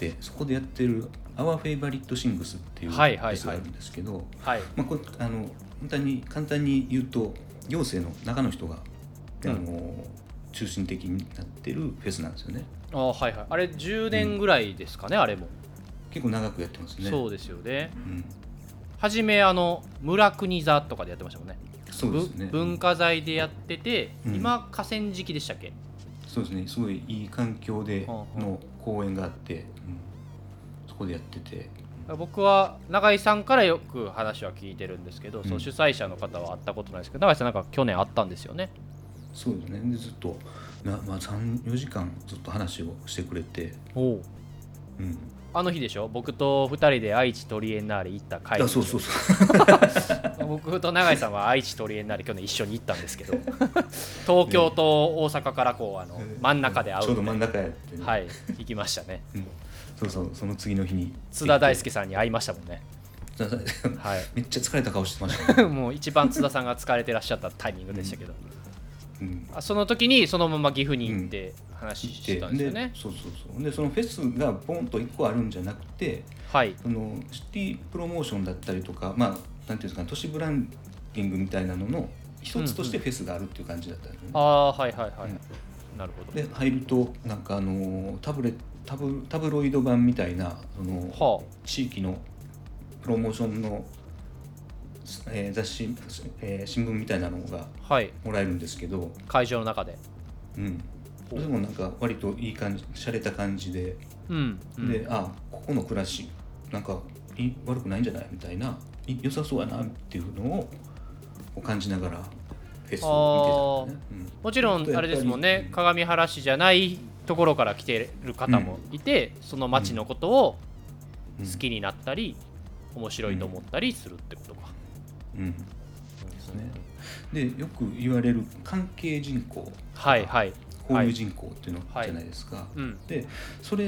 そこでやってる Our Favorite Things っていうフェスがあるんですけど、はいはいはい、まあ、これあの簡単に簡単に言うと行政の中の人が、うん、あの中心的になってるフェスなんですよね。 あ、はいはい、あれじゅうねんぐらいですかね、うん、あれも結構長くやってますね。 そうですよね、うん、はじめあの村国座とかでやってましたもんね。 そうですね、 文化財でやってて、うん、今河川敷でしたっけ？ そうですね、すごいいい環境での公園があって、うん、そこでやってて、 僕は永井さんからよく話は聞いてるんですけど、うん、その主催者の方は会ったことないですけど、永井さんなんか去年会ったんですよね。 そうですね、でずっと、ままあ、さん、よじかんずっと話をしてくれて、おう、 うん、あの日でしょ、僕とふたりで愛知トリエンナーレ行った回。 あ、そうそうそう僕と永井さんは愛知トリエンナーレ去年一緒に行ったんですけど東京と大阪からこうあの真ん中で会う、 ちょうど真ん中やって、 ね、はい、行きましたね、 うん、そうそう、その次の日に津田大介さんに会いましたもんねはい、めっちゃ疲れた顔してました、ね、 もう一番津田さんが疲れてらっしゃったタイミングでしたけど、うん、その時にそのまま岐阜に行って話してたんですよね、うん、 でそうそうそう、でそのフェスがボンといっこあるんじゃなくて、はい、そのシティプロモーションだったりとか、まあなんていうんですか、都市ブランディングみたいなのの一つとしてフェスがあるっていう感じだったんですよね、 うんうん、ああ、はいはいはい、うん、なるほど。 で入るとなんかあのタブレタブタブロイド版みたいなその、はあ、地域のプロモーションのえー、雑誌、えー、新聞みたいなのがもらえるんですけど、はい、 会場の中で、 うん、それもなんか割といい感じ、洒落た感じで、うんうん、で、あ、ここの暮らしなんかい悪くないんじゃないみたいな、良さそうやなっていうのを感じながらフェスを見てたんですね、 うん、もちろんあれですもんね、鏡原市じゃないところから来てる方もいて、うん、その町のことを好きになったり、うん、面白いと思ったりするってことか。 うんですね、でよく言われる関係人口、 はいはい、 交流人口っていうのじゃないですか、はいはい、うん、でそれ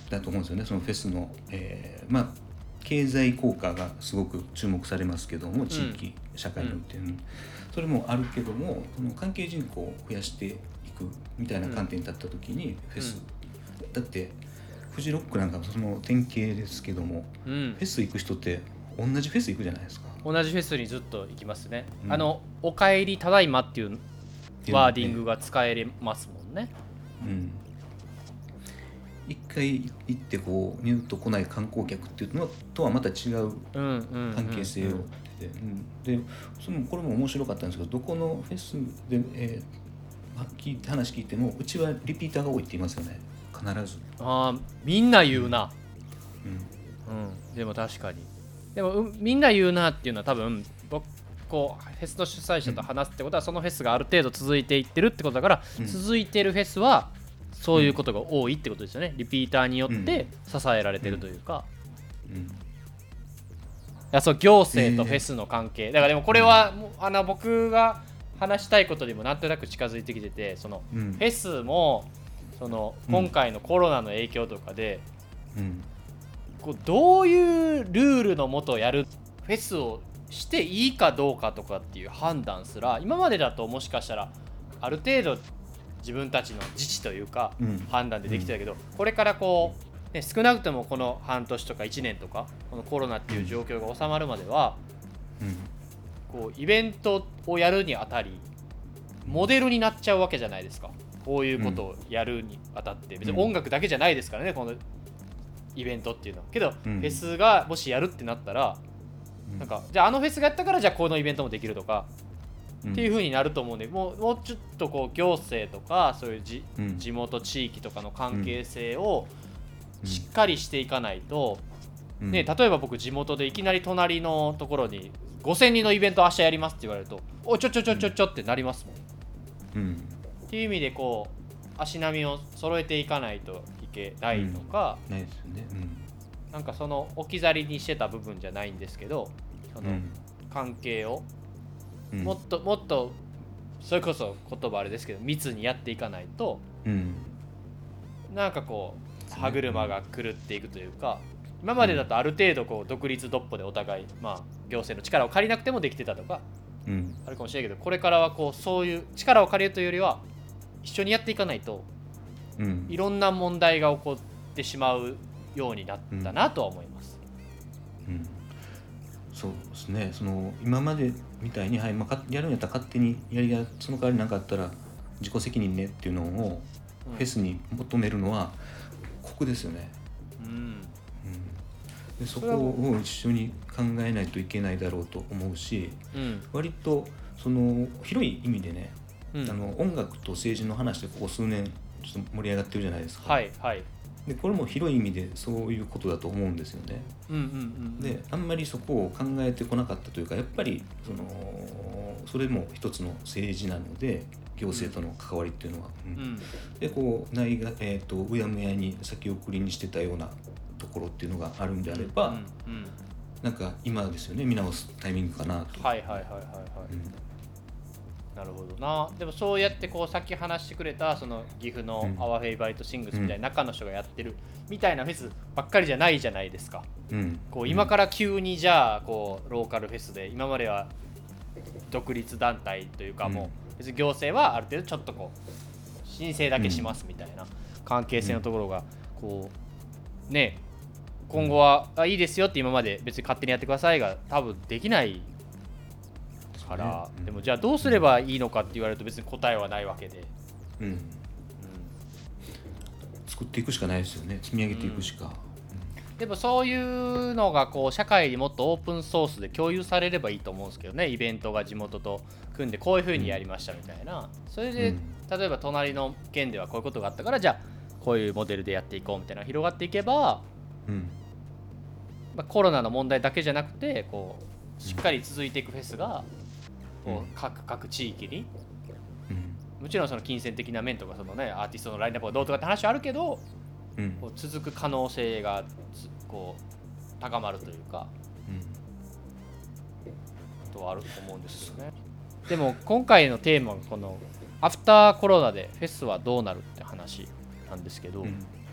だと思うんですよね。そのフェスの、えー、まあ経済効果がすごく注目されますけども、地域、うん、社会において、うん、それもあるけども、その関係人口を増やしていくみたいな観点に立った時に、うん、フェス、うん、だってフジロックなんかその典型ですけども、うん、フェス行く人って同じフェス行くじゃないですか。 同じフェスにずっと行きますね、うん、あのおかえりただいまっていうワーディングが使えますもんね。うん、 一回行ってこう二度と来ない観光客っていうのとはまた違う関係性をってて、でそのこれも面白かったんですけど、どこのフェスで、えー、話聞いてもうちはリピーターが多いって言いますよね、必ず。 ああ、みんな言うな、うんうんうん、でも確かにでも、うん、みんな言うなっていうのは多分僕こうフェスの主催者と話すってことは、うん、そのフェスがある程度続いていってるってことだから、うん、続いてるフェスはそういうことが多いってことですよね。リピーターによって支えられてるというか、うんうん、いやそう行政とフェスの関係、えー、だからでもこれは、うん、あの僕が話したいことにもなんとなく近づいてきてて、その、うん、フェスもその今回のコロナの影響とかで、うん、こうどういうルールのもとやるフェスをしていいかどうかとかっていう判断すら今までだともしかしたらある程度自分たちの自治というか判断でできてたけど、うん、これからこう、ね、少なくともこの半年とかいちねんとかこのコロナっていう状況が収まるまでは、うん、こうイベントをやるにあたりモデルになっちゃうわけじゃないですか。こういうことをやるにあたって別に音楽だけじゃないですからね、このイベントっていうのはけど、うん、フェスがもしやるってなったら、うん、なんかじゃああのフェスがやったからじゃあこのイベントもできるとか、うん、っていう風になると思うんで、もう、もうちょっとこう行政とかそういうじ、うん、地元地域とかの関係性をしっかりしていかないと、うんね、例えば僕地元でいきなり隣のところにごせんにんのイベント明日やりますって言われるとおちょちょちょちょちょってなりますもん、うん、っていう意味でこう足並みを揃えていかないといけないのか、 うん、ないですよね、うん、 なんかその置き去りにしてた部分じゃないんですけど、その関係をもっともっとそれこそ言葉あれですけど密にやっていかないと、うん、なんかこう歯車が狂っていくというか、今までだとある程度こう独立独歩でお互い、まあ、行政の力を借りなくてもできてたとか、うん、あるかもしれないけど、これからはこうそういう力を借りるというよりは一緒にやっていかないと、うん、いろんな問題が起こってしまうようになったなとは思います、 うんうん、そうですね。その今までみたいに、はい、まあ、やるんやったら勝手にやりや、その代わり何かあったら自己責任ねっていうのをフェスに求めるのは酷ですよね、うんうん、でそこを一緒に考えないといけないだろうと思うし、うん、割とその広い意味でね、うん、あの音楽と政治の話でここ数年ちょっと盛り上がってるじゃないですか、 はいはい、 でこれも広い意味でそういうことだと思うんですよね、うんうんうん、であんまりそこを考えてこなかったというか、やっぱりそのそれも一つの政治なので行政との関わりっていうのは、うんうん、でこう内が、えーと、うやむやに先送りにしてたようなところっていうのがあるんであれば、うんうんうん、なんか今ですよね、見直すタイミングかなと。 はいはいはいはいはい、うん、なるほどな。でもそうやってこうさっき話してくれたその岐阜のアワーフェイバリットシングスみたいな中の人がやってるみたいなフェスばっかりじゃないじゃないですか、うん、こう今から急にじゃあこうローカルフェスで、今までは独立団体というか、もう別に行政はある程度ちょっとこう申請だけしますみたいな関係性のところがこうね、今後はあいいですよって今まで別に勝手にやってくださいが多分できないから、うん、でもじゃあどうすればいいのかって言われると別に答えはないわけで、うんうん、 作っていくしかないですよね、積み上げていくしか、うんうん、でもそういうのがこう社会にもっとオープンソースで共有されればいいと思うんですけどね。イベントが地元と組んでこういう風にやりましたみたいな、それで、うん、例えば隣の県ではこういうことがあったからじゃあこういうモデルでやっていこうみたいな広がっていけば、うんまあ、コロナの問題だけじゃなくてこうしっかり続いていくフェスがこう 各, 各地域に、うん、もちろんその金銭的な面とかその、ね、アーティストのラインナップがどうとかって話はあるけど、うん、こう続く可能性がこう高まるというか、うん、とはあると思うんですよね。でも今回のテーマはこのアフターコロナでフェスはどうなるって話なんですけど、うん、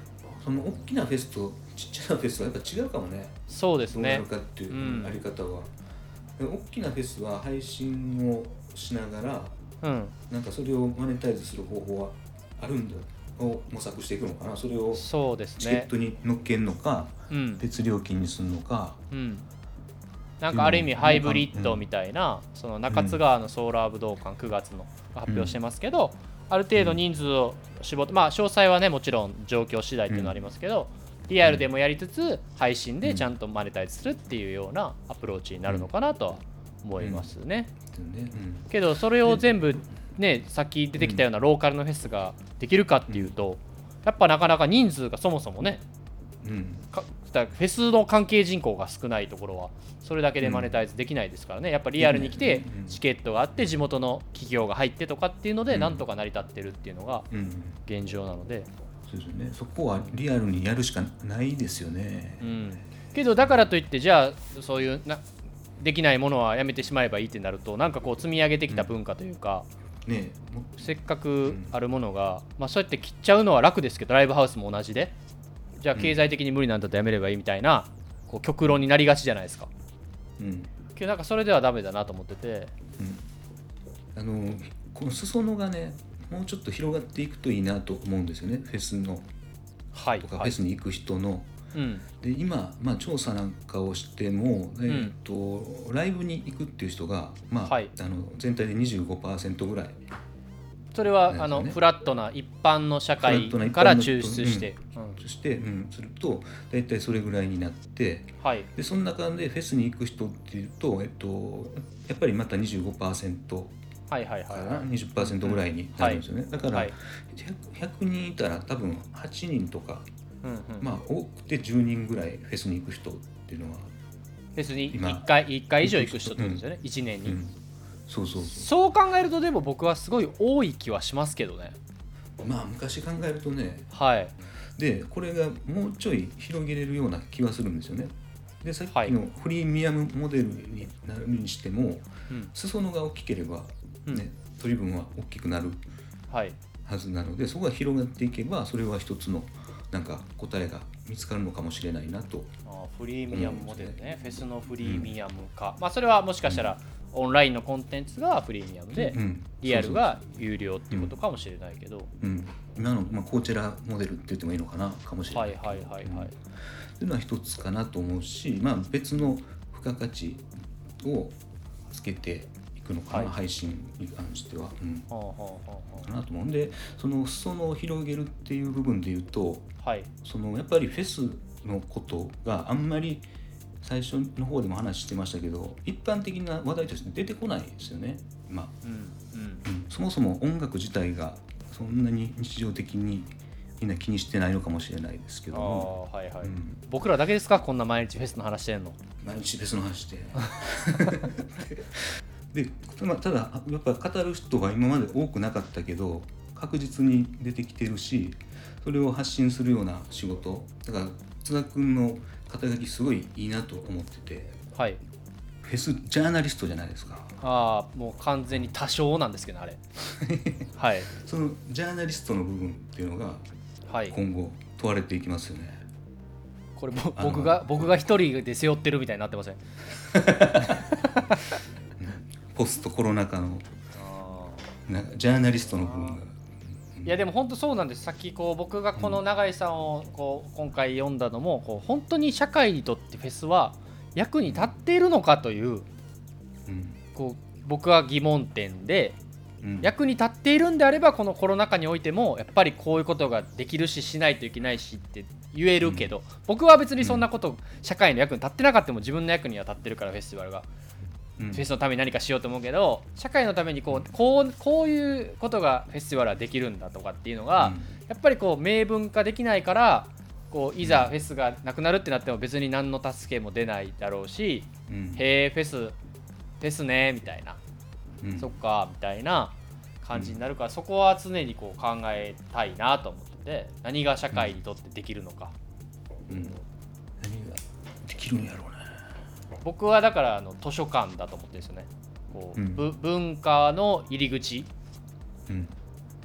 その大きなフェスとちっちゃなフェスはやっぱ違うかもね。 そうですね。 どうなるかっていう、 うん、 あり方は。大きなフェスは配信をしながら、うん、なんかそれをマネタイズする方法はあるんだを模索していくのかな。それをチケットに乗っけるのか、うん、別料金にするのか、うん、 なんかある意味ハイブリッドみたいな、うん、その中津川のソーラー武道館くがつの発表してますけど、うん、ある程度人数を絞って、まあ詳細はねもちろん状況次第っていうのはありますけど、うん、リアルでもやりつつ配信でちゃんとマネタイズするっていうようなアプローチになるのかなとは思いますね、うんうん、けどそれを全部ねさっき出てきたようなローカルのフェスができるかっていうとやっぱなかなか人数がそもそもね、うん、フェスの関係人口が少ないところはそれだけでマネタイズできないですからね。やっぱリアルに来てチケットがあって地元の企業が入ってとかっていうのでなんとか成り立ってるっていうのが現状なので、 そうですよね。そこはリアルにやるしかないですよね、 うん、けどだからといってじゃあそういうなできないものはやめてしまえばいいってなるとなんかこう積み上げてきた文化というか、うんね、せっかくあるものが、まあ、そうやって切っちゃうのは楽ですけどライブハウスも同じでじゃあ経済的に無理なんだとやめればいいみたいなこう極論になりがちじゃないですか、うん、けどなんかそれではダメだなと思ってて、 うん、あのこの裾野がねもうちょっと広がっていくといいなと思うんですよね。フェスの、はい、とかフェスに行く人の、はい、で今、まあ、調査なんかをしても、うんえー、とライブに行くっていう人が、まあはい、あの全体で にじゅうごパーセント ぐらい、 それは、ね、あのフラットな一般の社会から抽出して、 うん、して、うん、すると大体それぐらいになって、はい、でその中でフェスに行く人っていうと、えっと、やっぱりまた にじゅうごパーセントはいはいはい、にじゅっパーセント ぐらいになるんですよね、うんはい、だから ひゃくにんいたら多分はちにんとか、うんうん、まあ多くてじゅうにんぐらいフェスに行く人っていうのはフェスに いっかい、いっかい以上行く人ってことですよね、うん、いちねんに、うん、 そうそうそうそう考えるとでも僕はすごい多い気はしますけどね。 まあ昔考えるとね、 はい、 でこれがもうちょい広げれるような気はするんですよね。でさっきのプレミアムモデルになるにしても、はい、裾野が大きければね、うん、取り分は大きくなるはずなので、はい、そこが広がっていけばそれは一つのなんか答えが見つかるのかもしれないなと。 あフリーミアムモデルね、フェスのフリーミアム化、うん、まあそれはもしかしたらオンラインのコンテンツがフリーミアムで、うん、リアルが有料っていうことかもしれないけど、 うんうん、今の、まあ、コーチェラモデルって言ってもいいのかなかもしれないけど、はいはいはいはい、というのは一つかなと思うし、まあ、別の付加価値をつけていくのかな、はい、配信に関しては、うんはあはあはあ、かなと思うんで、その裾野を広げるっていう部分で言うと、はい、そのやっぱりフェスのことがあんまり最初の方でも話してましたけど一般的な話題として出てこないですよね、まあうんうんうん、そもそも音楽自体がそんなに日常的にみんな気にしてないのかもしれないですけども、 あ、はいはいうん、僕らだけですかこんな毎日フェスの話してんの。 毎日フェスの話してで、まあ、ただやっぱ語る人が今まで多くなかったけど確実に出てきてるしそれを発信するような仕事だから津田君の肩書きすごいいいなと思ってて、はい、フェスジャーナリストじゃないですか。 ああもう完全に多少なんですけどあれはいそのジャーナリストの部分っていうのが今後問われていきますよね、はい、 これ僕が僕が一人で背負ってるみたいになってませんポストコロナ禍のなんかジャーナリストの部分がいやでも本当そうなんです。さっきこう僕がこの永井さんをこう今回読んだのもこう本当に社会にとってフェスは役に立っているのかという、うん、こう僕は疑問点で、うん、役に立っているんであればこのコロナ禍においてもやっぱりこういうことができるししないといけないしって言えるけど、うん、僕は別にそんなこと、うん、社会の役に立ってなかったも自分の役には立ってるからフェスティバルが。うん、フェスのために何かしようと思うけど社会のためにこう、こう、こういうことがフェスティバルはできるんだとかっていうのが、うん、やっぱりこう明文化できないからこういざフェスがなくなるってなっても別に何の助けも出ないだろうし、うん、へーフェスフェスねみたいな、うん、そっかみたいな感じになるから、うん、そこは常にこう考えたいなと思ってて何が社会にとってできるのか、 うんうん、何ができるんやろうね。 僕はだからあの図書館だと思ってるんですよね。こう、うん、文化の入り口、うん、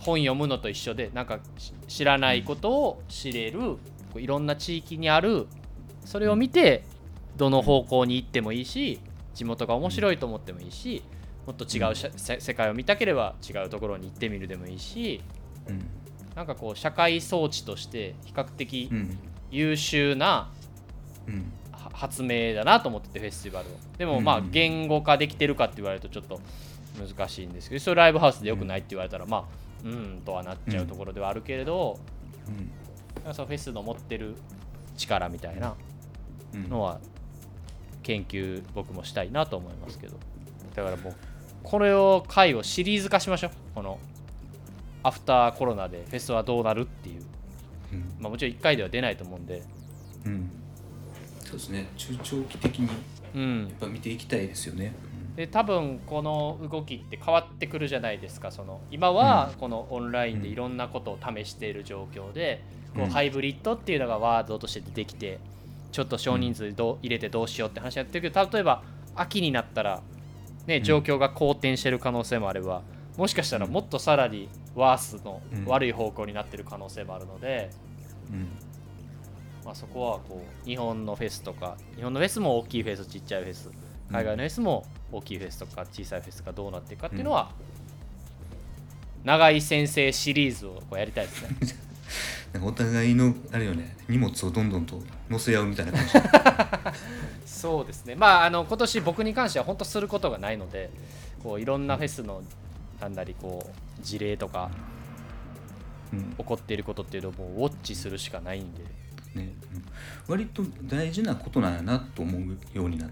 本読むのと一緒で、なんか知らないことを知れる、こういろんな地域にある、それを見てどの方向に行ってもいいし、地元が面白いと思ってもいいし、もっと違う、うん、世界を見たければ違うところに行ってみるでもいいし、うん、なんかこう社会装置として比較的優秀な発明だなと思ってて、フェスティバルを。でもまあ言語化できてるかって言われるとちょっと難しいんですけど、それライブハウスでよくないって言われたら、まあうんとはなっちゃうところではあるけれど、うん、なんかそのフェスの持ってる力みたいなのは研究僕もしたいなと思いますけど、だからもうこれを回をシリーズ化しましょう。このアフターコロナでフェスはどうなるっていう、うん、まあもちろんいっかいでは出ないと思うんで、 うん、そうですね、中長期的にやっぱ見ていきたいですよね、 うん、で多分この動きって変わってくるじゃないですか。その今はこのオンラインでいろんなことを試している状況で、うん、こうハイブリッドっていうのがワードとして出てきて、ちょっと少人数どう入れてどうしようって話やってるけど、例えば秋になったら、ね、状況が好転してる可能性もあれば、もしかしたらもっとさらにワースの悪い方向になってる可能性もあるので、うんまあ、そこはこう日本のフェスとか、日本のフェスも大きいフェス、ちっちゃいフェス、海外のフェスも大きいフェスとか小さいフェスがどうなっていくかっていうのは、長井先生シリーズをこうやりたいですね。 なんかお互いのあれよね、荷物をどんどんと乗せ合うみたいな感じ。 そうですね。まああの今年僕に関しては本当することがないので、こういろんなフェスのなんなりこう事例とか、うん、起こっていることっていうのをもうウォッチするしかないんで、 ねうん、割と大事なことなんやなと思うようになって。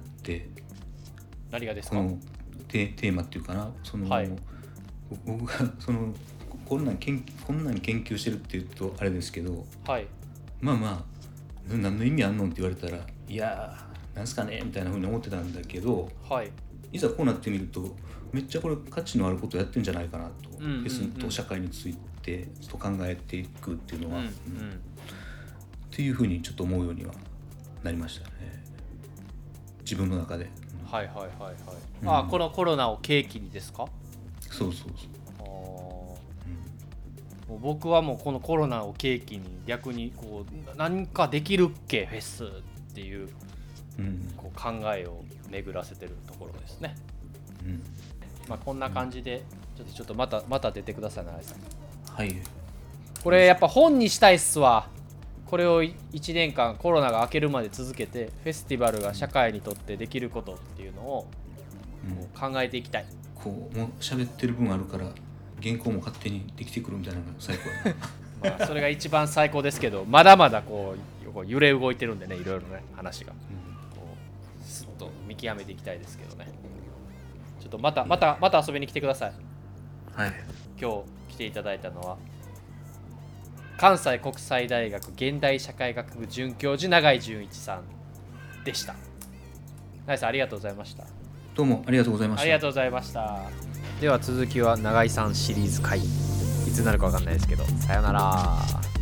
何がですか？ この テ, テーマっていうかな、その、はい、僕がそのこんなん研こんなん研究してるっていうとあれですけど、はい、まあまあ何の意味あんのって言われたら、いやーなんすかねみたいな風に思ってたんだけど、はい、いざこうなってみるとめっちゃこれ価値のあることやってるんじゃないかなと、フェスと社会についてと考えていくっていうのは、うんうん、っていう風にちょっと思うようにはなりましたね、自分の中で。 はいはいはいはい、うん、あこのコロナを契機にですか？ そうそうそう。あ、 うん、もう僕はもうこのコロナを契機に逆にこう何かできるっけフェスっていう、うん、こう考えを巡らせてるところですね、うんまあ、こんな感じでちょっとちょっとまたまた出てください、永井さん。 はい。 これやっぱ本にしたいっすわ。これをいちねんかんコロナが明けるまで続けて、フェスティバルが社会にとってできることっていうのをこう考えていきたい、 うん、こうもう喋ってる分あるから原稿も勝手にできてくるみたいなのが最高やな。まあそれが一番最高ですけど、まだまだこう揺れ動いてるんでね、いろいろね話が、うん、こうスッと見極めていきたいですけどね。ちょっとまたまたまた遊びに来てください。 はい。 今日来ていただいたのは関西国際大学現代社会学部准教授永井純一さんでした。永井さんありがとうございました。 どうもありがとうございました。 ありがとうございました。では続きは永井さんシリーズ回、いつになるか分かんないですけど、さよなら。